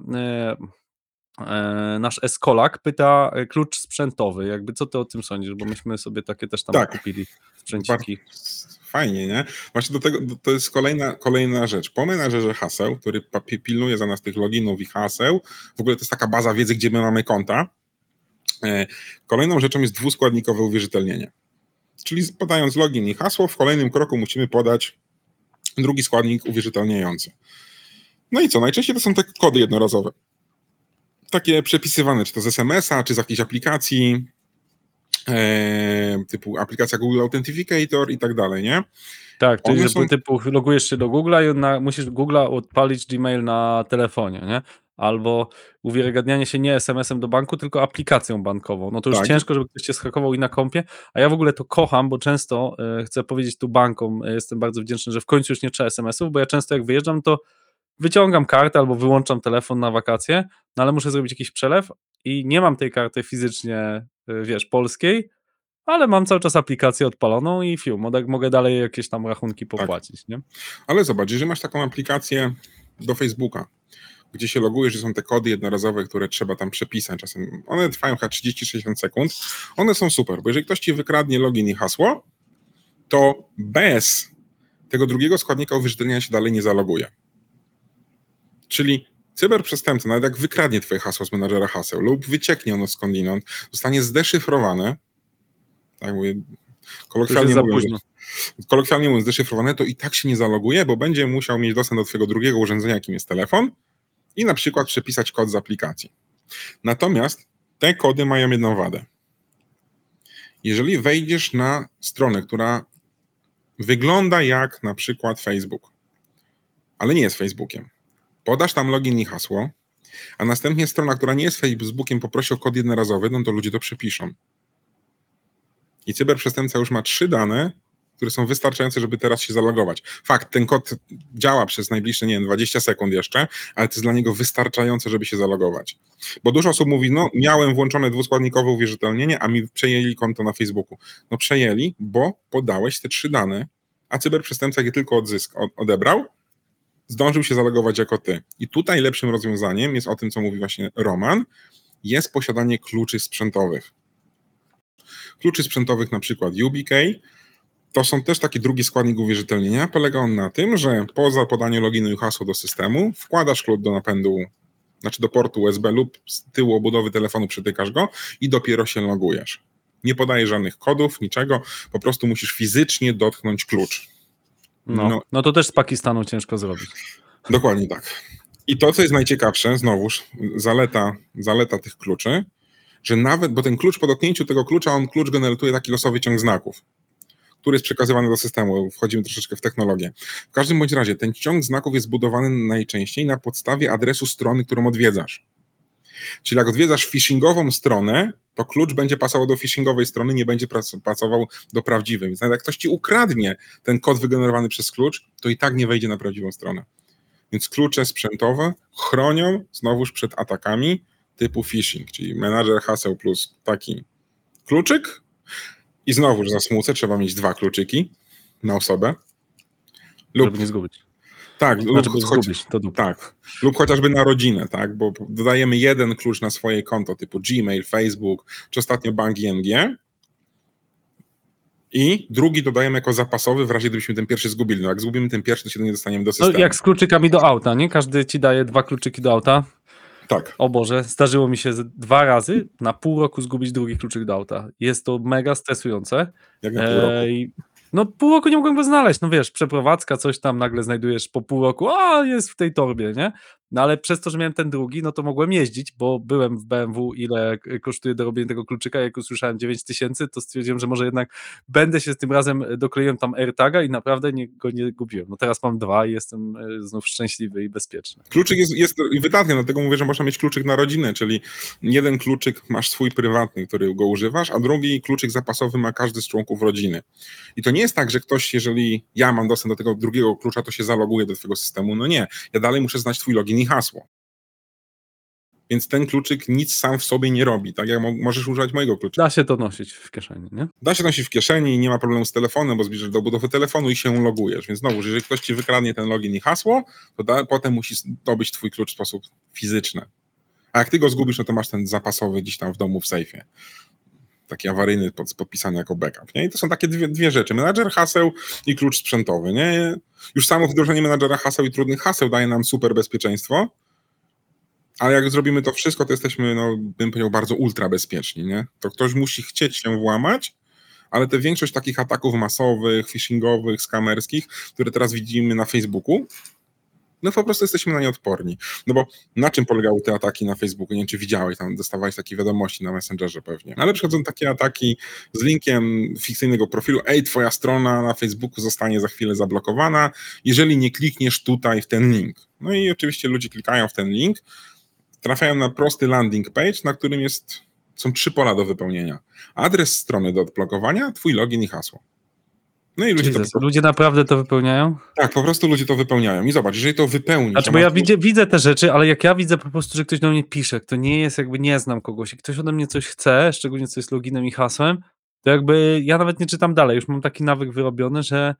nasz eskolak pyta klucz sprzętowy, jakby co ty o tym sądzisz, bo myśmy sobie takie też tam kupili sprzęciki. Fajnie, nie? Właśnie to jest kolejna rzecz. Po menadżerze haseł, który pilnuje za nas tych loginów i haseł, w ogóle to jest taka baza wiedzy, gdzie my mamy konta. Kolejną rzeczą jest dwuskładnikowe uwierzytelnienie. Czyli podając login i hasło, w kolejnym kroku musimy podać drugi składnik uwierzytelniający. No i co? Najczęściej to są te kody jednorazowe. Takie przepisywane, czy to z SMS-a, czy z jakiejś aplikacji, typu aplikacja Google Authenticator i tak dalej, nie? Tak, czyli typu logujesz się do Google'a i musisz Google'a odpalić Gmail na telefonie, nie? Albo uwiarygadnianie się nie SMS-em do banku, tylko aplikacją bankową. No to już ciężko, żeby ktoś cię zhakował i na kompie, a ja w ogóle to kocham, bo często chcę powiedzieć tu bankom, jestem bardzo wdzięczny, że w końcu już nie trzeba SMS-ów, bo ja często jak wyjeżdżam, to wyciągam kartę albo wyłączam telefon na wakacje, no ale muszę zrobić jakiś przelew i nie mam tej karty fizycznie, wiesz, polskiej, ale mam cały czas aplikację odpaloną i mogę dalej jakieś tam rachunki popłacić, nie? Ale zobacz, jeżeli masz taką aplikację do Facebooka, gdzie się logujesz, że są te kody jednorazowe, które trzeba tam przepisać, czasem one trwają chyba 30-60 sekund, one są super, bo jeżeli ktoś ci wykradnie login i hasło, to bez tego drugiego składnika uwierzytelnienia się dalej nie zaloguje. Czyli cyberprzestępca, nawet jak wykradnie twoje hasło z menadżera haseł lub wycieknie ono skądinąd, zostanie zdeszyfrowane, tak mówię, kolokwialnie mówiąc zdeszyfrowane, to i tak się nie zaloguje, bo będzie musiał mieć dostęp do twojego drugiego urządzenia, jakim jest telefon, i na przykład przepisać kod z aplikacji. Natomiast te kody mają jedną wadę. Jeżeli wejdziesz na stronę, która wygląda jak na przykład Facebook, ale nie jest Facebookiem, podasz tam login i hasło, a następnie strona, która nie jest Facebookiem, poprosi o kod jednorazowy, no to ludzie to przepiszą. I cyberprzestępca już ma 3 dane, które są wystarczające, żeby teraz się zalogować. Fakt, ten kod działa przez najbliższe, 20 sekund jeszcze, ale to jest dla niego wystarczające, żeby się zalogować. Bo dużo osób mówi, miałem włączone dwuskładnikowe uwierzytelnienie, a mi przejęli konto na Facebooku. No przejęli, bo podałeś te 3 dane, a cyberprzestępca je tylko odebrał, zdążył się zalogować jako ty. I tutaj lepszym rozwiązaniem jest o tym, co mówi właśnie Roman, jest posiadanie kluczy sprzętowych. Kluczy sprzętowych, na przykład YubiKey, to są też taki drugi składnik uwierzytelnienia. Polega on na tym, że po podaniu loginu i hasła do systemu wkładasz klucz do napędu, znaczy do portu USB lub z tyłu obudowy telefonu przytykasz go i dopiero się logujesz. Nie podajesz żadnych kodów, niczego, po prostu musisz fizycznie dotknąć klucz. No to też z Pakistanu ciężko zrobić. Dokładnie tak. I to, co jest najciekawsze, znowuż zaleta tych kluczy, że nawet, bo ten klucz po dotknięciu tego klucza, on klucz generuje taki losowy ciąg znaków, który jest przekazywany do systemu. Wchodzimy troszeczkę w technologię. W każdym bądź razie ten ciąg znaków jest budowany najczęściej na podstawie adresu strony, którą odwiedzasz. Czyli jak odwiedzasz phishingową stronę, to klucz będzie pasował do phishingowej strony, nie będzie pasował do prawdziwej. Więc nawet jak ktoś ci ukradnie ten kod wygenerowany przez klucz, to i tak nie wejdzie na prawdziwą stronę. Więc klucze sprzętowe chronią znowuż przed atakami typu phishing, czyli menadżer haseł plus taki kluczyk i znowuż na smooce trzeba mieć 2 kluczyki na osobę. Żeby nie zgubić. Tak, Znaczy, zgubić, to dupa. tak, lub chociażby na rodzinę, tak, bo dodajemy jeden klucz na swoje konto typu Gmail, Facebook, czy ostatnio bank ING i drugi dodajemy jako zapasowy w razie gdybyśmy ten pierwszy zgubili. No jak zgubimy ten pierwszy, to się nie dostaniemy do systemu. No, jak z kluczykami do auta, nie? Każdy ci daje 2 kluczyki do auta. Tak. O Boże, zdarzyło mi się 2 razy na pół roku zgubić drugi kluczyk do auta. Jest to mega stresujące. Jak na pół roku. No pół roku nie mogłem go znaleźć, no wiesz, przeprowadzka, coś tam nagle znajdujesz po pół roku, jest w tej torbie, nie? No ale przez to, że miałem ten drugi, no to mogłem jeździć, bo byłem w BMW, ile kosztuje dorobienie tego kluczyka, jak usłyszałem 9000, to stwierdziłem, że może jednak będę się z tym razem, dokleiłem tam AirTaga i naprawdę go nie gubiłem. No teraz mam 2 i jestem znów szczęśliwy i bezpieczny. Kluczyk jest wydatny, dlatego mówię, że można mieć kluczyk na rodzinę, czyli jeden kluczyk masz swój prywatny, który go używasz, a drugi kluczyk zapasowy ma każdy z członków rodziny. I to nie jest tak, że ktoś, jeżeli ja mam dostęp do tego drugiego klucza, to się zaloguje do twojego systemu. No nie, ja dalej muszę znać twój login i hasło. Więc ten kluczyk nic sam w sobie nie robi, tak jak możesz używać mojego kluczyka. Da się to nosić w kieszeni, nie? Da się nosić w kieszeni, nie ma problemu z telefonem, bo zbliżasz do budowy telefonu i się logujesz. Więc znowu, jeżeli ktoś ci wykradnie ten login i hasło, to potem musi zdobyć twój klucz w sposób fizyczny. A jak ty go zgubisz, no to masz ten zapasowy gdzieś tam w domu w sejfie. Taki awaryjny, podpisany jako backup. Nie? I to są takie dwie rzeczy. Menadżer haseł i klucz sprzętowy. Nie? Już samo wdrożenie menadżera haseł i trudnych haseł daje nam super bezpieczeństwo, ale jak zrobimy to wszystko, to jesteśmy, no, bym powiedział, bardzo ultra bezpieczni. Nie? To ktoś musi chcieć się włamać, ale te większość takich ataków masowych, phishingowych, skamerskich, które teraz widzimy na Facebooku, no po prostu jesteśmy na nie odporni. No bo na czym polegały te ataki na Facebooku? Nie wiem, czy widziałeś, tam dostawałeś takie wiadomości na Messengerze pewnie. Ale przychodzą takie ataki z linkiem fikcyjnego profilu: twoja strona na Facebooku zostanie za chwilę zablokowana, jeżeli nie klikniesz tutaj w ten link. No i oczywiście ludzie klikają w ten link, trafiają na prosty landing page, na którym są 3 pola do wypełnienia. Adres strony do odblokowania, twój login i hasło. No i ludzie naprawdę to wypełniają? Tak, po prostu ludzie to wypełniają. I zobacz, jeżeli to wypełnisz... Znaczy, bo ja widzę te rzeczy, ale jak ja widzę po prostu, że ktoś do mnie pisze, kto nie jest, jakby nie znam kogoś i ktoś ode mnie coś chce, szczególnie co jest loginem i hasłem, to jakby ja nawet nie czytam dalej. Już mam taki nawyk wyrobiony, że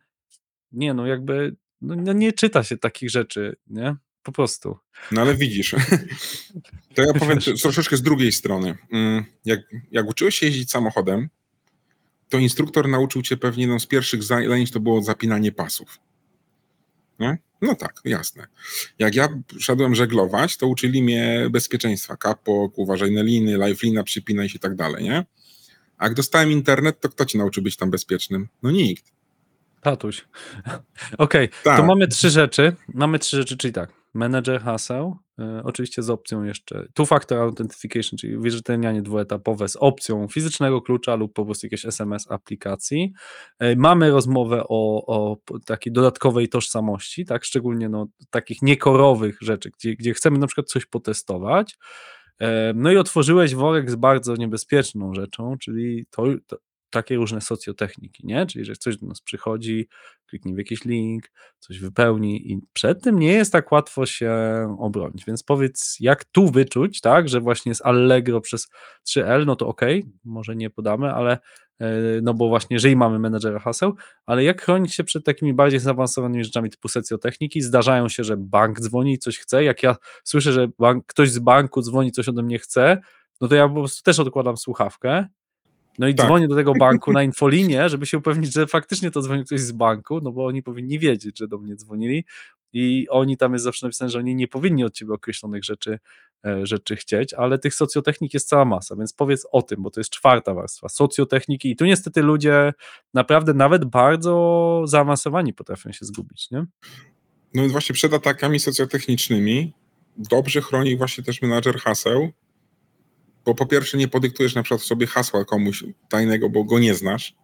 nie czyta się takich rzeczy, nie? Po prostu. No ale widzisz, to ja powiem troszeczkę z drugiej strony. Jak uczyłeś się jeździć samochodem, to instruktor nauczył cię pewnie, jedną z pierwszych zajęć to było zapinanie pasów. Nie? No tak, jasne. Jak ja szedłem żeglować, to uczyli mnie bezpieczeństwa. Kapok, uważaj na liny, lifelina, przypinaj się i tak dalej, nie? A jak dostałem internet, to kto ci nauczył być tam bezpiecznym? No nikt. Tatuś. Okej, Tak. To mamy 3 rzeczy. Czyli tak. Manager haseł, oczywiście z opcją jeszcze two-factor authentication, czyli uwierzytelnianie dwuetapowe z opcją fizycznego klucza lub po prostu jakieś SMS aplikacji. Mamy rozmowę o takiej dodatkowej tożsamości, tak, szczególnie takich niekorowych rzeczy, gdzie chcemy na przykład coś potestować. No i otworzyłeś worek z bardzo niebezpieczną rzeczą, czyli takie różne socjotechniki, nie? Czyli, że ktoś do nas przychodzi, kliknie w jakiś link, coś wypełni i przed tym nie jest tak łatwo się obronić. Więc powiedz, jak tu wyczuć, tak, że właśnie jest Allegro przez 3L, no to okej, może nie podamy, ale no bo właśnie, jeżeli mamy menedżera haseł, ale jak chronić się przed takimi bardziej zaawansowanymi rzeczami typu socjotechniki? Zdarzają się, że bank dzwoni i coś chce. Jak ja słyszę, że ktoś z banku dzwoni, coś ode mnie chce, no to ja po prostu też odkładam słuchawkę. No i dzwonię do tego banku na infolinię, żeby się upewnić, że faktycznie to dzwoni ktoś z banku, no bo oni powinni wiedzieć, że do mnie dzwonili i oni, tam jest zawsze napisane, że oni nie powinni od ciebie określonych rzeczy chcieć, ale tych socjotechnik jest cała masa, więc powiedz o tym, bo to jest 4. warstwa, socjotechniki i tu niestety ludzie naprawdę nawet bardzo zaawansowani potrafią się zgubić, nie? No więc właśnie przed atakami socjotechnicznymi dobrze chroni właśnie też menadżer haseł, Bo po pierwsze nie podyktujesz na przykład sobie hasła komuś tajnego, bo go nie znasz,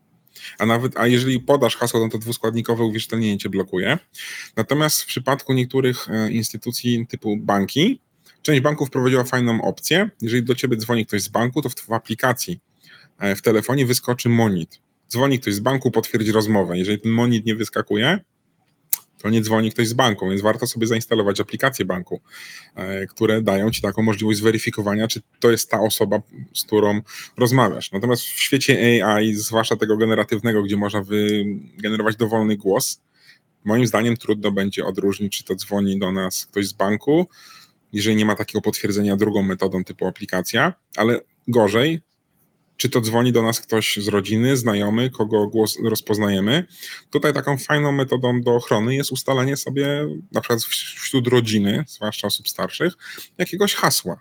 a jeżeli podasz hasło, no to dwuskładnikowe uwierzytelnienie cię blokuje. Natomiast w przypadku niektórych instytucji typu banki, część banków wprowadziła fajną opcję. Jeżeli do ciebie dzwoni ktoś z banku, to w aplikacji w telefonie wyskoczy monit. Dzwoni ktoś z banku, potwierdź rozmowę. Jeżeli ten monit nie wyskakuje, to nie dzwoni ktoś z banku, więc warto sobie zainstalować aplikacje banku, które dają ci taką możliwość zweryfikowania, czy to jest ta osoba, z którą rozmawiasz. Natomiast w świecie AI, zwłaszcza tego generatywnego, gdzie można wygenerować dowolny głos, moim zdaniem trudno będzie odróżnić, czy to dzwoni do nas ktoś z banku, jeżeli nie ma takiego potwierdzenia drugą metodą typu aplikacja, ale gorzej, czy to dzwoni do nas ktoś z rodziny, znajomy, kogo głos rozpoznajemy. Tutaj taką fajną metodą do ochrony jest ustalenie sobie, na przykład wśród rodziny, zwłaszcza osób starszych, jakiegoś hasła.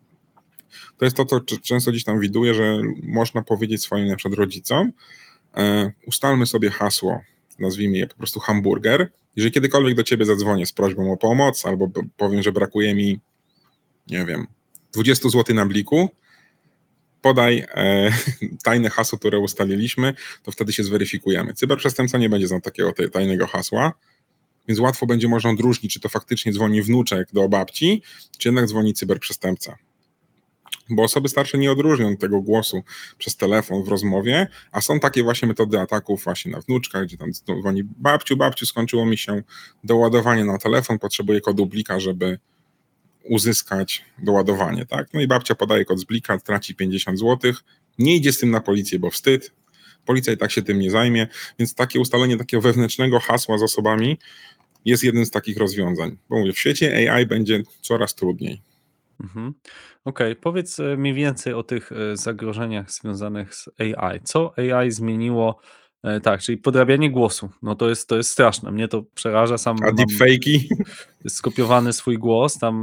To jest to, co często gdzieś tam widuję, że można powiedzieć swoim na przykład rodzicom, ustalmy sobie hasło, nazwijmy je po prostu hamburger. Jeżeli kiedykolwiek do ciebie zadzwonię z prośbą o pomoc, albo powiem, że brakuje mi, nie wiem, 20 zł na bliku, podaj tajne hasło, które ustaliliśmy, to wtedy się zweryfikujemy. Cyberprzestępca nie będzie znał takiego tajnego hasła, więc łatwo będzie można odróżnić, czy to faktycznie dzwoni wnuczek do babci, czy jednak dzwoni cyberprzestępca. Bo osoby starsze nie odróżnią tego głosu przez telefon w rozmowie, a są takie właśnie metody ataków właśnie na wnuczkach, gdzie tam dzwoni babciu, skończyło mi się doładowanie na telefon, potrzebuję kodu blika, żeby uzyskać doładowanie, tak? No i babcia podaje kod z blika, traci 50 zł, nie idzie z tym na policję, bo wstyd, policja i tak się tym nie zajmie, więc takie ustalenie takiego wewnętrznego hasła z osobami jest jednym z takich rozwiązań. Bo mówię, w świecie AI będzie coraz trudniej. Mhm. Okej, powiedz mi więcej o tych zagrożeniach związanych z AI. Co AI zmieniło? Tak, czyli podrabianie głosu. No to jest straszne. Mnie to przeraża. Sam A mam deepfake'i? skopiowany swój głos tam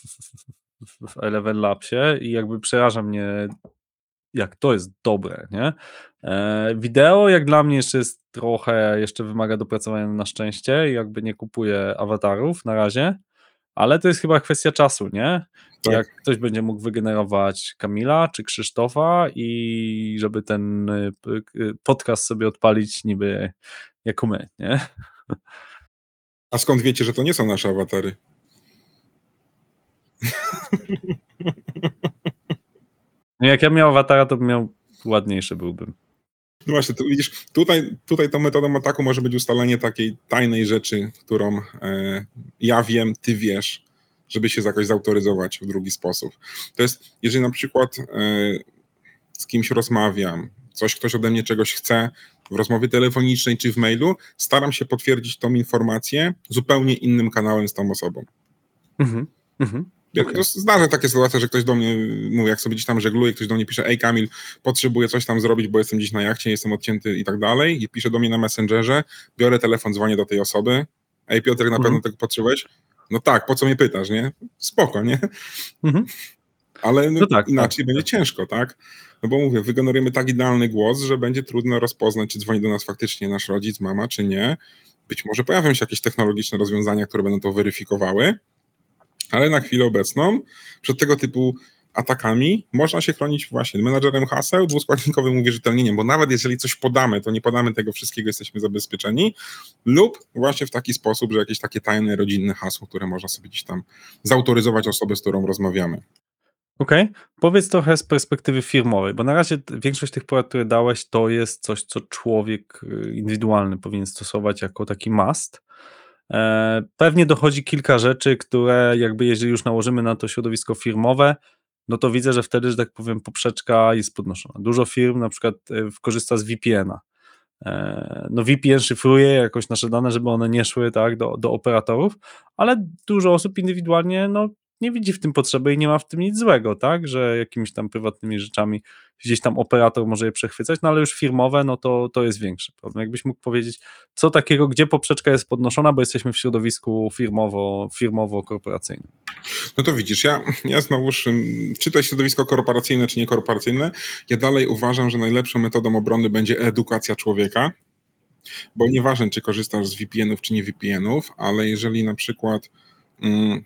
w Eleven Labsie i jakby przeraża mnie, jak to jest dobre, nie? Wideo jak dla mnie jeszcze wymaga dopracowania na szczęście i jakby nie kupuję awatarów na razie, ale to jest chyba kwestia czasu, nie? Tak. Jak ktoś będzie mógł wygenerować Kamila czy Krzysztofa i żeby ten podcast sobie odpalić niby jako my, nie? A skąd wiecie, że to nie są nasze awatary? No jak ja miał awatara, to ładniejszy byłbym. No właśnie, tu widzisz, tutaj tą metodą ataku może być ustalenie takiej tajnej rzeczy, którą ja wiem, ty wiesz, żeby się jakoś zautoryzować w drugi sposób. To jest, jeżeli na przykład z kimś rozmawiam, ktoś ode mnie czegoś chce w rozmowie telefonicznej czy w mailu, staram się potwierdzić tą informację zupełnie innym kanałem z tą osobą. Okay. Zdarza takie sytuacje, że ktoś do mnie mówi, jak sobie gdzieś tam żegluje, ktoś do mnie pisze, ej Kamil, potrzebuję coś tam zrobić, bo jestem gdzieś na jachcie, jestem odcięty i tak dalej, i pisze do mnie na Messengerze, biorę telefon, dzwonię do tej osoby, ej Piotrek, na pewno tego potrzebujesz? No tak, po co mnie pytasz, nie? Spoko, nie? Ale inaczej będzie ciężko, tak? No bo mówię, wygenerujemy tak idealny głos, że będzie trudno rozpoznać, czy dzwoni do nas faktycznie nasz rodzic, mama, czy nie. Być może pojawią się jakieś technologiczne rozwiązania, które będą to weryfikowały, ale na chwilę obecną przed tego typu atakami można się chronić właśnie menadżerem haseł, dwuskładnikowym uwierzytelnieniem, bo nawet jeżeli coś podamy, to nie podamy tego wszystkiego, jesteśmy zabezpieczeni, lub właśnie w taki sposób, że jakieś takie tajne, rodzinne hasło, które można sobie gdzieś tam zautoryzować osobę, z którą rozmawiamy. Okej. Powiedz trochę z perspektywy firmowej, bo na razie większość tych porad, które dałeś, to jest coś, co człowiek indywidualny powinien stosować jako taki must. Pewnie dochodzi kilka rzeczy, które jakby jeżeli już nałożymy na to środowisko firmowe, no to widzę, że wtedy, że tak powiem, poprzeczka jest podnoszona. Dużo firm na przykład korzysta z VPN-a. No VPN szyfruje jakoś nasze dane, żeby one nie szły tak do operatorów, ale dużo osób indywidualnie nie widzi w tym potrzeby i nie ma w tym nic złego, tak, że jakimiś tam prywatnymi rzeczami gdzieś tam operator może je przechwycać, no ale już firmowe, no to jest większy problem. Jakbyś mógł powiedzieć, co takiego, gdzie poprzeczka jest podnoszona, bo jesteśmy w środowisku firmowo-korporacyjnym. No to widzisz, ja znowuż, czy to jest środowisko korporacyjne, czy niekorporacyjne, ja dalej uważam, że najlepszą metodą obrony będzie edukacja człowieka, bo nieważne, czy korzystasz z VPN-ów, czy nie VPN-ów, ale jeżeli na przykład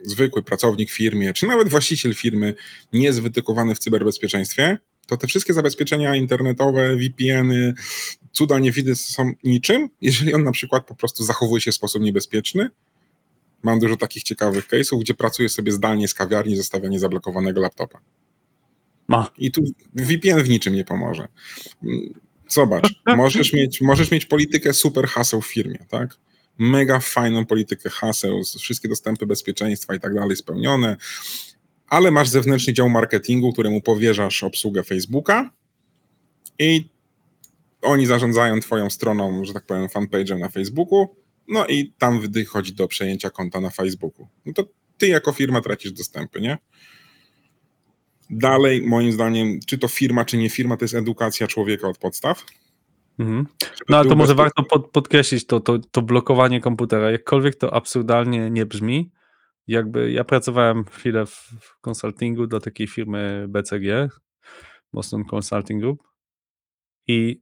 zwykły pracownik w firmie, czy nawet właściciel firmy nie jest wytykowany w cyberbezpieczeństwie, to te wszystkie zabezpieczenia internetowe, VPN-y, cuda niewidy są niczym, jeżeli on na przykład po prostu zachowuje się w sposób niebezpieczny. Mam dużo takich ciekawych case'ów, gdzie pracuje sobie zdalnie z kawiarni, zostawia niezablokowanego laptopa. I tu VPN w niczym nie pomoże. Zobacz, możesz mieć politykę super haseł w firmie, tak? Mega fajną politykę haseł, wszystkie dostępy bezpieczeństwa i tak dalej spełnione, ale masz zewnętrzny dział marketingu, któremu powierzasz obsługę Facebooka i oni zarządzają twoją stroną, że tak powiem, fanpage'em na Facebooku, no i tam wychodzi do przejęcia konta na Facebooku. No to ty jako firma tracisz dostępy, nie? Dalej, moim zdaniem, czy to firma, czy nie firma, to jest edukacja człowieka od podstaw. No ale to może warto podkreślić to blokowanie komputera. Jakkolwiek to absurdalnie nie brzmi, jakby ja pracowałem chwilę w konsultingu dla takiej firmy BCG, Boston Consulting Group, i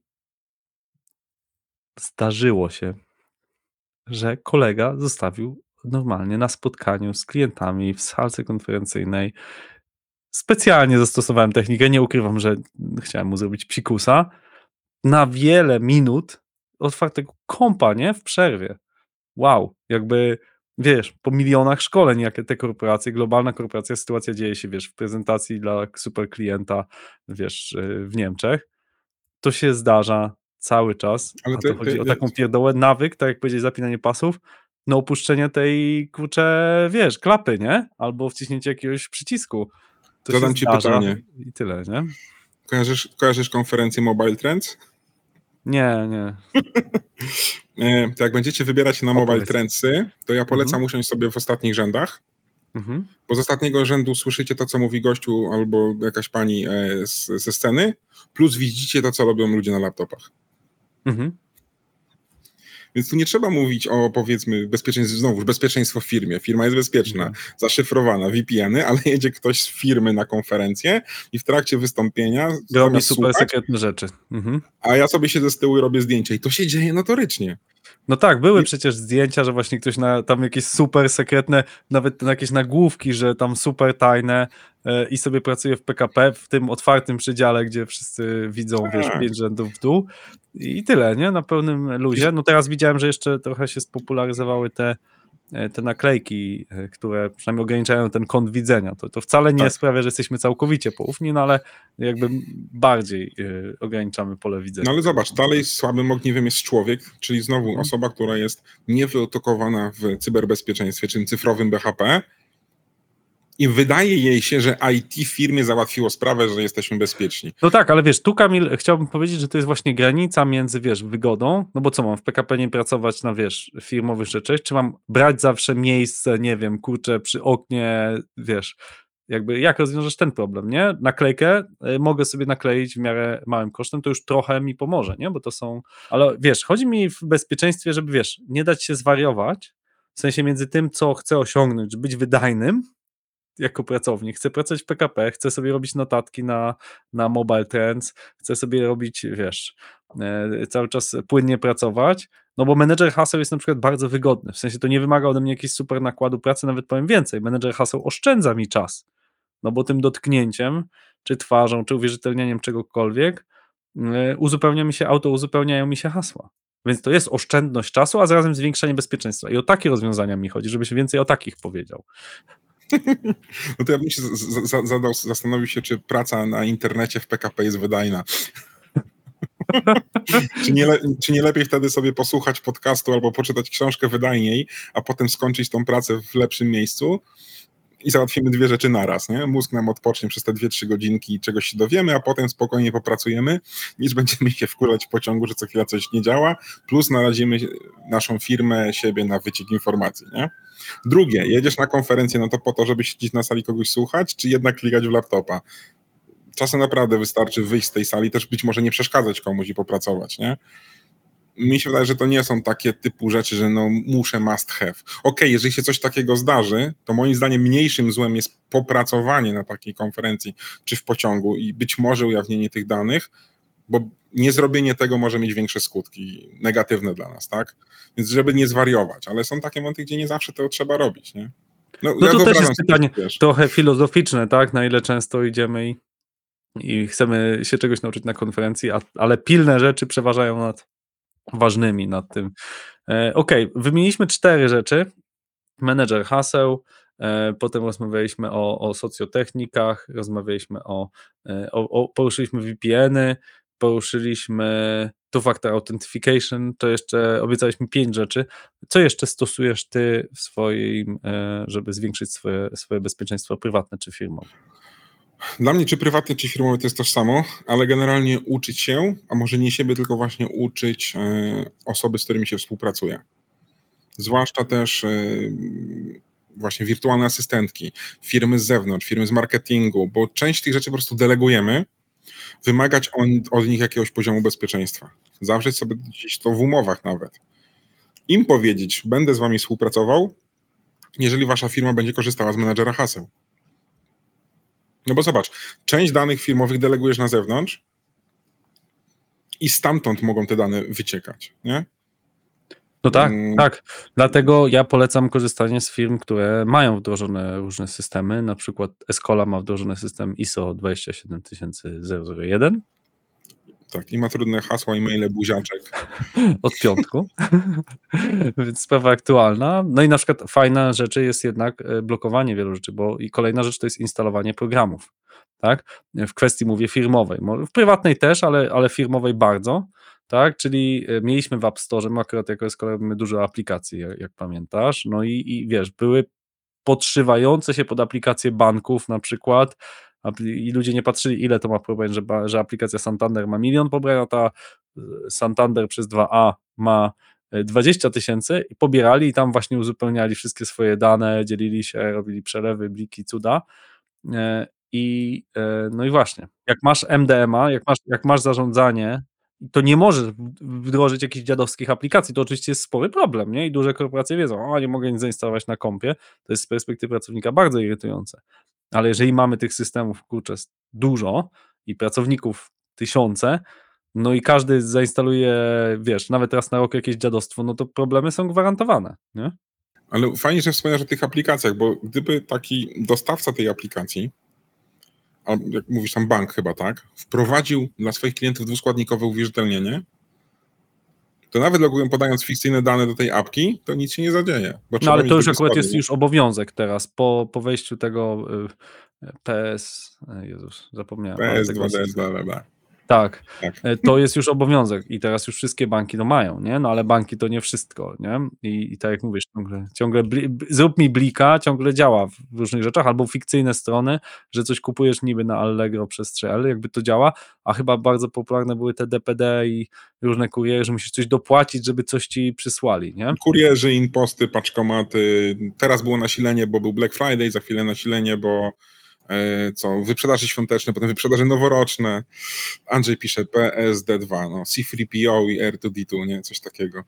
zdarzyło się, że kolega zostawił normalnie na spotkaniu z klientami w salce konferencyjnej. Specjalnie zastosowałem technikę, nie ukrywam, że chciałem mu zrobić psikusa, na wiele minut otwartego kompa, nie? W przerwie. Wow, jakby, wiesz, po milionach szkoleń, jakie te korporacje, globalna korporacja, sytuacja dzieje się, wiesz, w prezentacji dla super klienta, wiesz, w Niemczech, to się zdarza cały czas, ale a to chodzi o taką pierdołę, nawyk, tak jak powiedzieć, zapinanie pasów, no opuszczenie tej, kurczę, wiesz, klapy, nie? Albo wciśnięcie jakiegoś przycisku. To Zadam się ci zdarza pytanie. i tyle, nie? Kojarzysz konferencję Mobile Trends? Nie. To jak będziecie wybierać się na Mobile Trendsy, to ja polecam usiąść sobie w ostatnich rzędach, bo z ostatniego rzędu słyszycie to, co mówi gościu albo jakaś pani ze sceny, plus widzicie to, co robią ludzie na laptopach. Więc tu nie trzeba mówić o, powiedzmy, bezpieczeństwo w firmie. Firma jest bezpieczna, zaszyfrowana, VPN-y, ale jedzie ktoś z firmy na konferencję i w trakcie wystąpienia robi super sekretne rzeczy. A ja sobie siedzę z tyłu i robię zdjęcia i to się dzieje notorycznie. No tak, były przecież zdjęcia, że właśnie ktoś tam jakieś super sekretne, nawet jakieś nagłówki, że tam super tajne i sobie pracuje w PKP, w tym otwartym przedziale, gdzie wszyscy widzą, wiesz, 5 rzędów w dół i tyle, nie? Na pełnym luzie. No teraz widziałem, że jeszcze trochę się spopularyzowały te naklejki, które przynajmniej ograniczają ten kąt widzenia. To wcale nie sprawia, że jesteśmy całkowicie poufni, no ale jakby bardziej ograniczamy pole widzenia. No ale zobacz, dalej słabym ogniwem jest człowiek, czyli znowu osoba, która jest niewyedukowana w cyberbezpieczeństwie, czyli cyfrowym BHP i wydaje jej się, że IT w firmie załatwiło sprawę, że jesteśmy bezpieczni. No tak, ale wiesz, tu Kamil, chciałbym powiedzieć, że to jest właśnie granica między, wiesz, wygodą, no bo co, mam w PKP nie pracować na, wiesz, firmowych rzeczach, czy mam brać zawsze miejsce, nie wiem, kurczę, przy oknie, wiesz, jakby jak rozwiążesz ten problem, nie? Naklejkę mogę sobie nakleić w miarę małym kosztem, to już trochę mi pomoże, nie? Bo to są, ale wiesz, chodzi mi w bezpieczeństwie, żeby, wiesz, nie dać się zwariować, w sensie między tym, co chcę osiągnąć, być wydajnym, jako pracownik, chcę pracować w PKP, chcę sobie robić notatki na Mobile Trends, chcę sobie robić, wiesz, cały czas płynnie pracować, no bo menedżer haseł jest na przykład bardzo wygodny, w sensie to nie wymaga ode mnie jakiegoś super nakładu pracy, nawet powiem więcej, menedżer haseł oszczędza mi czas, no bo tym dotknięciem, czy twarzą, czy uwierzytelnianiem czegokolwiek, uzupełniają mi się hasła. Więc to jest oszczędność czasu, a zarazem zwiększanie bezpieczeństwa. I o takie rozwiązania mi chodzi, żebyś więcej o takich powiedział. No to ja bym się zastanowił się, czy praca na internecie w PKP jest wydajna. Czy nie lepiej wtedy sobie posłuchać podcastu albo poczytać książkę wydajniej, a potem skończyć tą pracę w lepszym miejscu i załatwimy dwie rzeczy naraz, nie? Mózg nam odpocznie przez te 2-3 godzinki i czegoś się dowiemy, a potem spokojnie popracujemy, niż będziemy się wkurzać w pociągu, że co chwila coś nie działa, plus narazimy naszą firmę, siebie na wyciek informacji, nie? Drugie, jedziesz na konferencję, no to po to, żeby siedzieć na sali kogoś słuchać, czy jednak klikać w laptopa? Czasem naprawdę wystarczy wyjść z tej sali, też być może nie przeszkadzać komuś i popracować, nie? Mi się wydaje, że to nie są takie typu rzeczy, że no muszę, must have. Okej, jeżeli się coś takiego zdarzy, to moim zdaniem mniejszym złem jest popracowanie na takiej konferencji czy w pociągu i być może ujawnienie tych danych, bo niezrobienie tego może mieć większe skutki negatywne dla nas, tak? Więc żeby nie zwariować, ale są takie momenty, gdzie nie zawsze to trzeba robić, nie? No ja to też wyobrażam jest sobie, pytanie wiesz, trochę filozoficzne, tak? Na ile często idziemy i chcemy się czegoś nauczyć na konferencji, ale pilne rzeczy przeważają nad ważnymi, nad tym. Okej, wymieniliśmy 4 rzeczy. Menedżer haseł, potem rozmawialiśmy o socjotechnikach, rozmawialiśmy poruszyliśmy VPN-y, poruszyliśmy two-factor authentication, to jeszcze obiecaliśmy 5 rzeczy. Co jeszcze stosujesz ty w swoim, żeby zwiększyć swoje bezpieczeństwo prywatne czy firmowe? dla mnie czy prywatny, czy firmowy to jest to samo, ale generalnie uczyć się, a może nie siebie, tylko właśnie uczyć osoby, z którymi się współpracuje. Zwłaszcza też właśnie wirtualne asystentki, firmy z zewnątrz, firmy z marketingu, bo część tych rzeczy po prostu delegujemy, wymagać od nich jakiegoś poziomu bezpieczeństwa. Zawrzeć sobie gdzieś to w umowach nawet. Im powiedzieć, będę z wami współpracował, jeżeli wasza firma będzie korzystała z menadżera haseł. No bo zobacz, część danych firmowych delegujesz na zewnątrz i stamtąd mogą te dane wyciekać, nie? No tak, tak. Dlatego ja polecam korzystanie z firm, które mają wdrożone różne systemy. Na przykład Escola ma wdrożony system ISO 27001 Tak, i ma trudne hasła, e-maile, buziaczek. od piątku, więc sprawa aktualna. No i na przykład fajna rzecz jest jednak blokowanie wielu rzeczy, bo i kolejna rzecz to jest instalowanie programów, tak? W kwestii mówię firmowej, w prywatnej też, ale firmowej bardzo, tak? Czyli mieliśmy w App Store, my akurat jako Escola robimy dużo aplikacji, jak pamiętasz, no i wiesz, były podszywające się pod aplikacje banków na przykład i ludzie nie patrzyli, ile to ma pobrań, że aplikacja Santander ma 1 000 000 pobrań, a ta Santander przez 2A ma 20 000 i pobierali i tam właśnie uzupełniali wszystkie swoje dane, dzielili się, robili przelewy, bliki, cuda. No i właśnie, jak masz MDMA, jak masz zarządzanie, to nie możesz wdrożyć jakichś dziadowskich aplikacji, to oczywiście jest spory problem, nie? I duże korporacje wiedzą, nie mogę nic zainstalować na kompie, to jest z perspektywy pracownika bardzo irytujące. Ale jeżeli mamy tych systemów, kurczę, dużo i pracowników tysiące, no i każdy zainstaluje, wiesz, nawet raz na rok jakieś dziadostwo, no to problemy są gwarantowane, nie? Ale fajnie, że wspomniałeś o tych aplikacjach, bo gdyby taki dostawca tej aplikacji, a jak mówisz tam bank chyba, tak, wprowadził dla swoich klientów dwuskładnikowe uwierzytelnienie, to nawet podając fikcyjne dane do tej apki, to nic się nie zadzieje. No ale to już akurat jest już obowiązek teraz, po wejściu tego PS, Jezus, zapomniałem. PS2DS, bla. Tak, Tak. to jest już obowiązek i teraz już wszystkie banki to mają, nie? No ale banki to nie wszystko, nie? I tak jak mówisz, ciągle zrób mi blika, ciągle działa w różnych rzeczach, albo fikcyjne strony, że coś kupujesz niby na Allegro przez 3L, jakby to działa, a chyba bardzo popularne były te DPD i różne kuriery, że musisz coś dopłacić, żeby coś ci przysłali, nie? Kurierzy, imposty, paczkomaty, teraz było nasilenie, bo był Black Friday, za chwilę nasilenie, bo wyprzedaże świąteczne, potem wyprzedaże noworoczne. Andrzej pisze PSD2, C3PO i R2D2, nie? Coś takiego.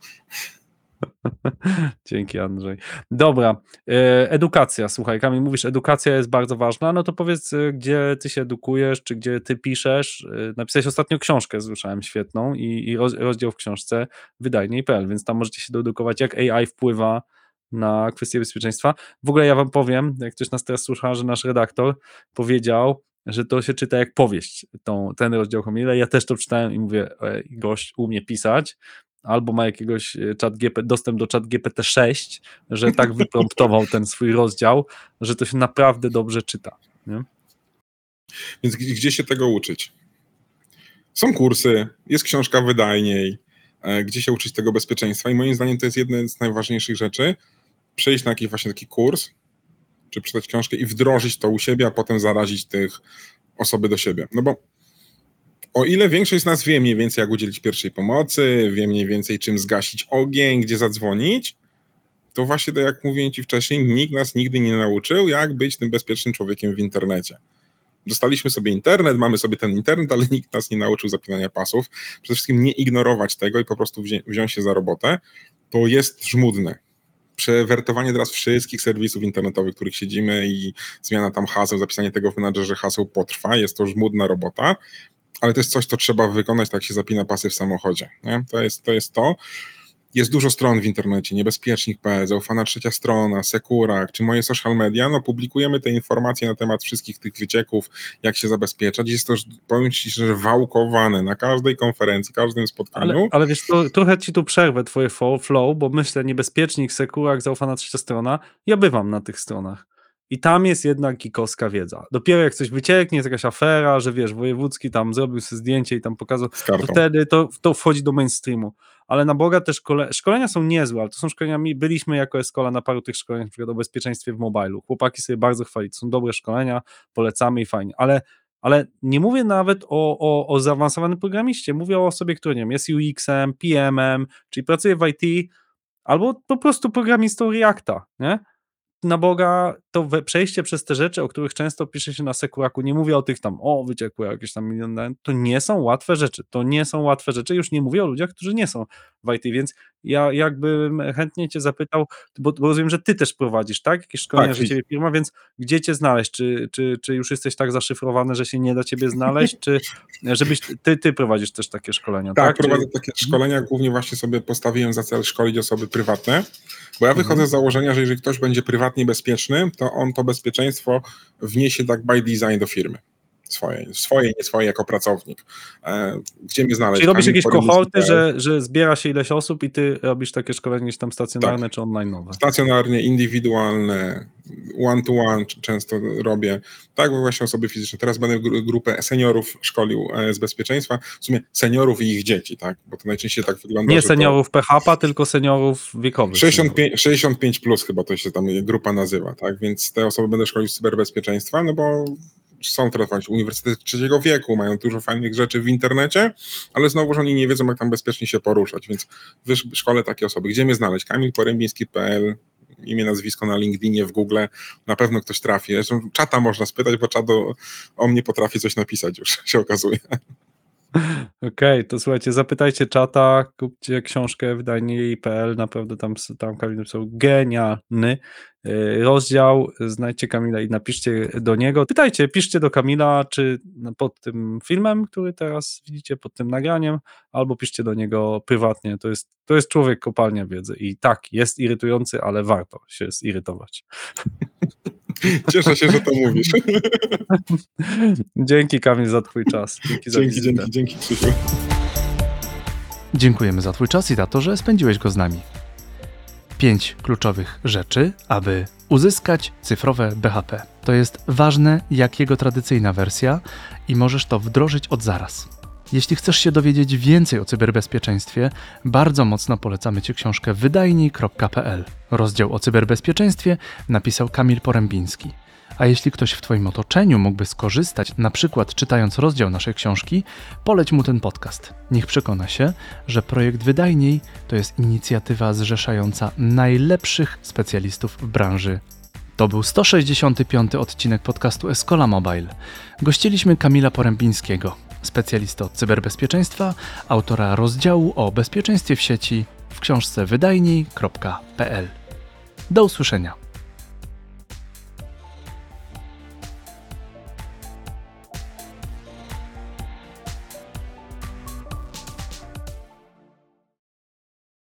Dzięki, Andrzej. Dobra, edukacja, słuchaj, Kamil, mówisz, edukacja jest bardzo ważna, no to powiedz, gdzie ty się edukujesz, czy gdzie ty piszesz. Napisałeś ostatnio książkę, słyszałem, świetną i rozdział w książce wydajniej.pl, więc tam możecie się doedukować, jak AI wpływa na kwestie bezpieczeństwa. W ogóle ja wam powiem, jak ktoś nas teraz słucha, że nasz redaktor powiedział, że to się czyta jak powieść, ten rozdział Kamila. Ja też to czytałem i mówię, gość umie pisać, albo ma jakiegoś dostęp do ChatGPT 6, że tak wypromptował ten swój rozdział, że to się naprawdę dobrze czyta. Nie? Więc gdzie się tego uczyć? Są kursy, jest książka wydajniej, gdzie się uczyć tego bezpieczeństwa i moim zdaniem to jest jedna z najważniejszych rzeczy, przejść na jakiś właśnie taki kurs, czy przeczytać książkę i wdrożyć to u siebie, a potem zarazić tych osoby do siebie. No bo o ile większość z nas wie mniej więcej, jak udzielić pierwszej pomocy, wie mniej więcej, czym zgasić ogień, gdzie zadzwonić, to właśnie tak jak mówiłem ci wcześniej, nikt nas nigdy nie nauczył, jak być tym bezpiecznym człowiekiem w internecie. Dostaliśmy sobie internet, mamy sobie ten internet, ale nikt nas nie nauczył zapinania pasów. Przede wszystkim nie ignorować tego i po prostu wziąć się za robotę. To jest żmudne. Przewertowanie teraz wszystkich serwisów internetowych, w których siedzimy i zmiana tam haseł, zapisanie tego w menadżerze haseł potrwa. Jest to żmudna robota, ale to jest coś, co trzeba wykonać, tak się zapina pasy w samochodzie. Nie? To jest to. jest dużo stron w internecie, niebezpiecznik.pl, zaufana trzecia strona, Sekurak, czy moje social media, no publikujemy te informacje na temat wszystkich tych wycieków, jak się zabezpieczać. Jest to już, powiem Ci szczerze, wałkowane na każdej konferencji, każdym spotkaniu. Ale wiesz, trochę ci tu przerwę twoje flow, bo myślę, niebezpiecznik, Sekurak, zaufana trzecia strona, ja bywam na tych stronach. I tam jest jednak geekowska wiedza. Dopiero jak coś wycieknie, jest jakaś afera, że wiesz, wojewódzki tam zrobił sobie zdjęcie i tam pokazał, Z kartą. to wtedy to wchodzi do mainstreamu. Ale na Boga też szkolenia są niezłe, ale to są szkolenia, byliśmy jako Escola na paru tych szkoleniach, na przykład o bezpieczeństwie w mobilu. Chłopaki sobie bardzo chwali, to są dobre szkolenia, polecamy i fajnie, ale nie mówię nawet o zaawansowanym programiście, mówię o osobie, która nie wiem, jest UX-em, PM-em, czyli pracuje w IT, albo po prostu programistą Reacta, nie? Na Boga, to przejście przez te rzeczy, o których często pisze się na Sekuraku, nie mówię o tych tam, wyciekło jakieś tam miliony, to nie są łatwe rzeczy, już nie mówię o ludziach, którzy nie są w IT, więc ja jakbym chętnie cię zapytał, bo rozumiem, że ty też prowadzisz, tak? Jakieś szkolenia, Tak, że ciebie firma, więc gdzie cię znaleźć? Czy już jesteś tak zaszyfrowany, że się nie da ciebie znaleźć, czy żebyś, ty prowadzisz też takie szkolenia, tak? Tak, prowadzę takie szkolenia, głównie właśnie sobie postawiłem za cel szkolić osoby prywatne, bo ja wychodzę z założenia, że jeżeli ktoś będzie prywatnie bezpieczny, to on to bezpieczeństwo wniesie tak by design do firmy. Nie swoje jako pracownik. Gdzie mnie znaleźć? Czyli robisz Kamil jakieś Porembiński kohorty, PL. że zbiera się ileś osób i ty robisz takie szkolenie gdzieś tam stacjonarne czy online'owe? Stacjonarnie, indywidualne, one-to-one często robię. Tak, bo właśnie osoby fizyczne. Teraz będę grupę seniorów szkolił z bezpieczeństwa. W sumie seniorów i ich dzieci, tak? Bo to najczęściej tak wygląda, Nie że seniorów PHP, tylko seniorów wiekowych. 65 plus chyba to się tam grupa nazywa, tak? Więc te osoby będę szkolił z cyberbezpieczeństwa, no bo są teraz uniwersytety trzeciego wieku, mają dużo fajnych rzeczy w internecie, ale znowu, że oni nie wiedzą, jak tam bezpiecznie się poruszać, więc szkolę takie osoby. Gdzie mnie znaleźć? kamilporembiński.pl, imię, nazwisko na LinkedInie, w Google, na pewno ktoś trafi. Zresztą czata można spytać, bo czat o mnie potrafi coś napisać już, się okazuje. Okej, to słuchajcie, zapytajcie czata, kupcie książkę wydajniej.pl, naprawdę tam Kamil napisał genialny rozdział, znajdźcie Kamila i napiszcie do niego. Piszcie do Kamila, czy pod tym filmem, który teraz widzicie, pod tym nagraniem, albo piszcie do niego prywatnie. To jest człowiek kopalnia wiedzy i tak, jest irytujący, ale warto się zirytować. Cieszę się, że to mówisz. Dzięki Kamil za twój czas. Dzięki Krzysiu. Dziękujemy za Twój czas i za to, że spędziłeś go z nami. 5 kluczowych rzeczy, aby uzyskać cyfrowe BHP. To jest ważne jak jego tradycyjna wersja i możesz to wdrożyć od zaraz. Jeśli chcesz się dowiedzieć więcej o cyberbezpieczeństwie, bardzo mocno polecamy Ci książkę wydajniej.pl. Rozdział o cyberbezpieczeństwie napisał Kamil Porembiński. A jeśli ktoś w Twoim otoczeniu mógłby skorzystać, na przykład czytając rozdział naszej książki, poleć mu ten podcast. Niech przekona się, że projekt Wydajniej to jest inicjatywa zrzeszająca najlepszych specjalistów w branży. To był 165. odcinek podcastu Escola Mobile. Gościliśmy Kamila Porembińskiego, specjalistę od cyberbezpieczeństwa, autora rozdziału o bezpieczeństwie w sieci w książce wydajniej.pl. Do usłyszenia.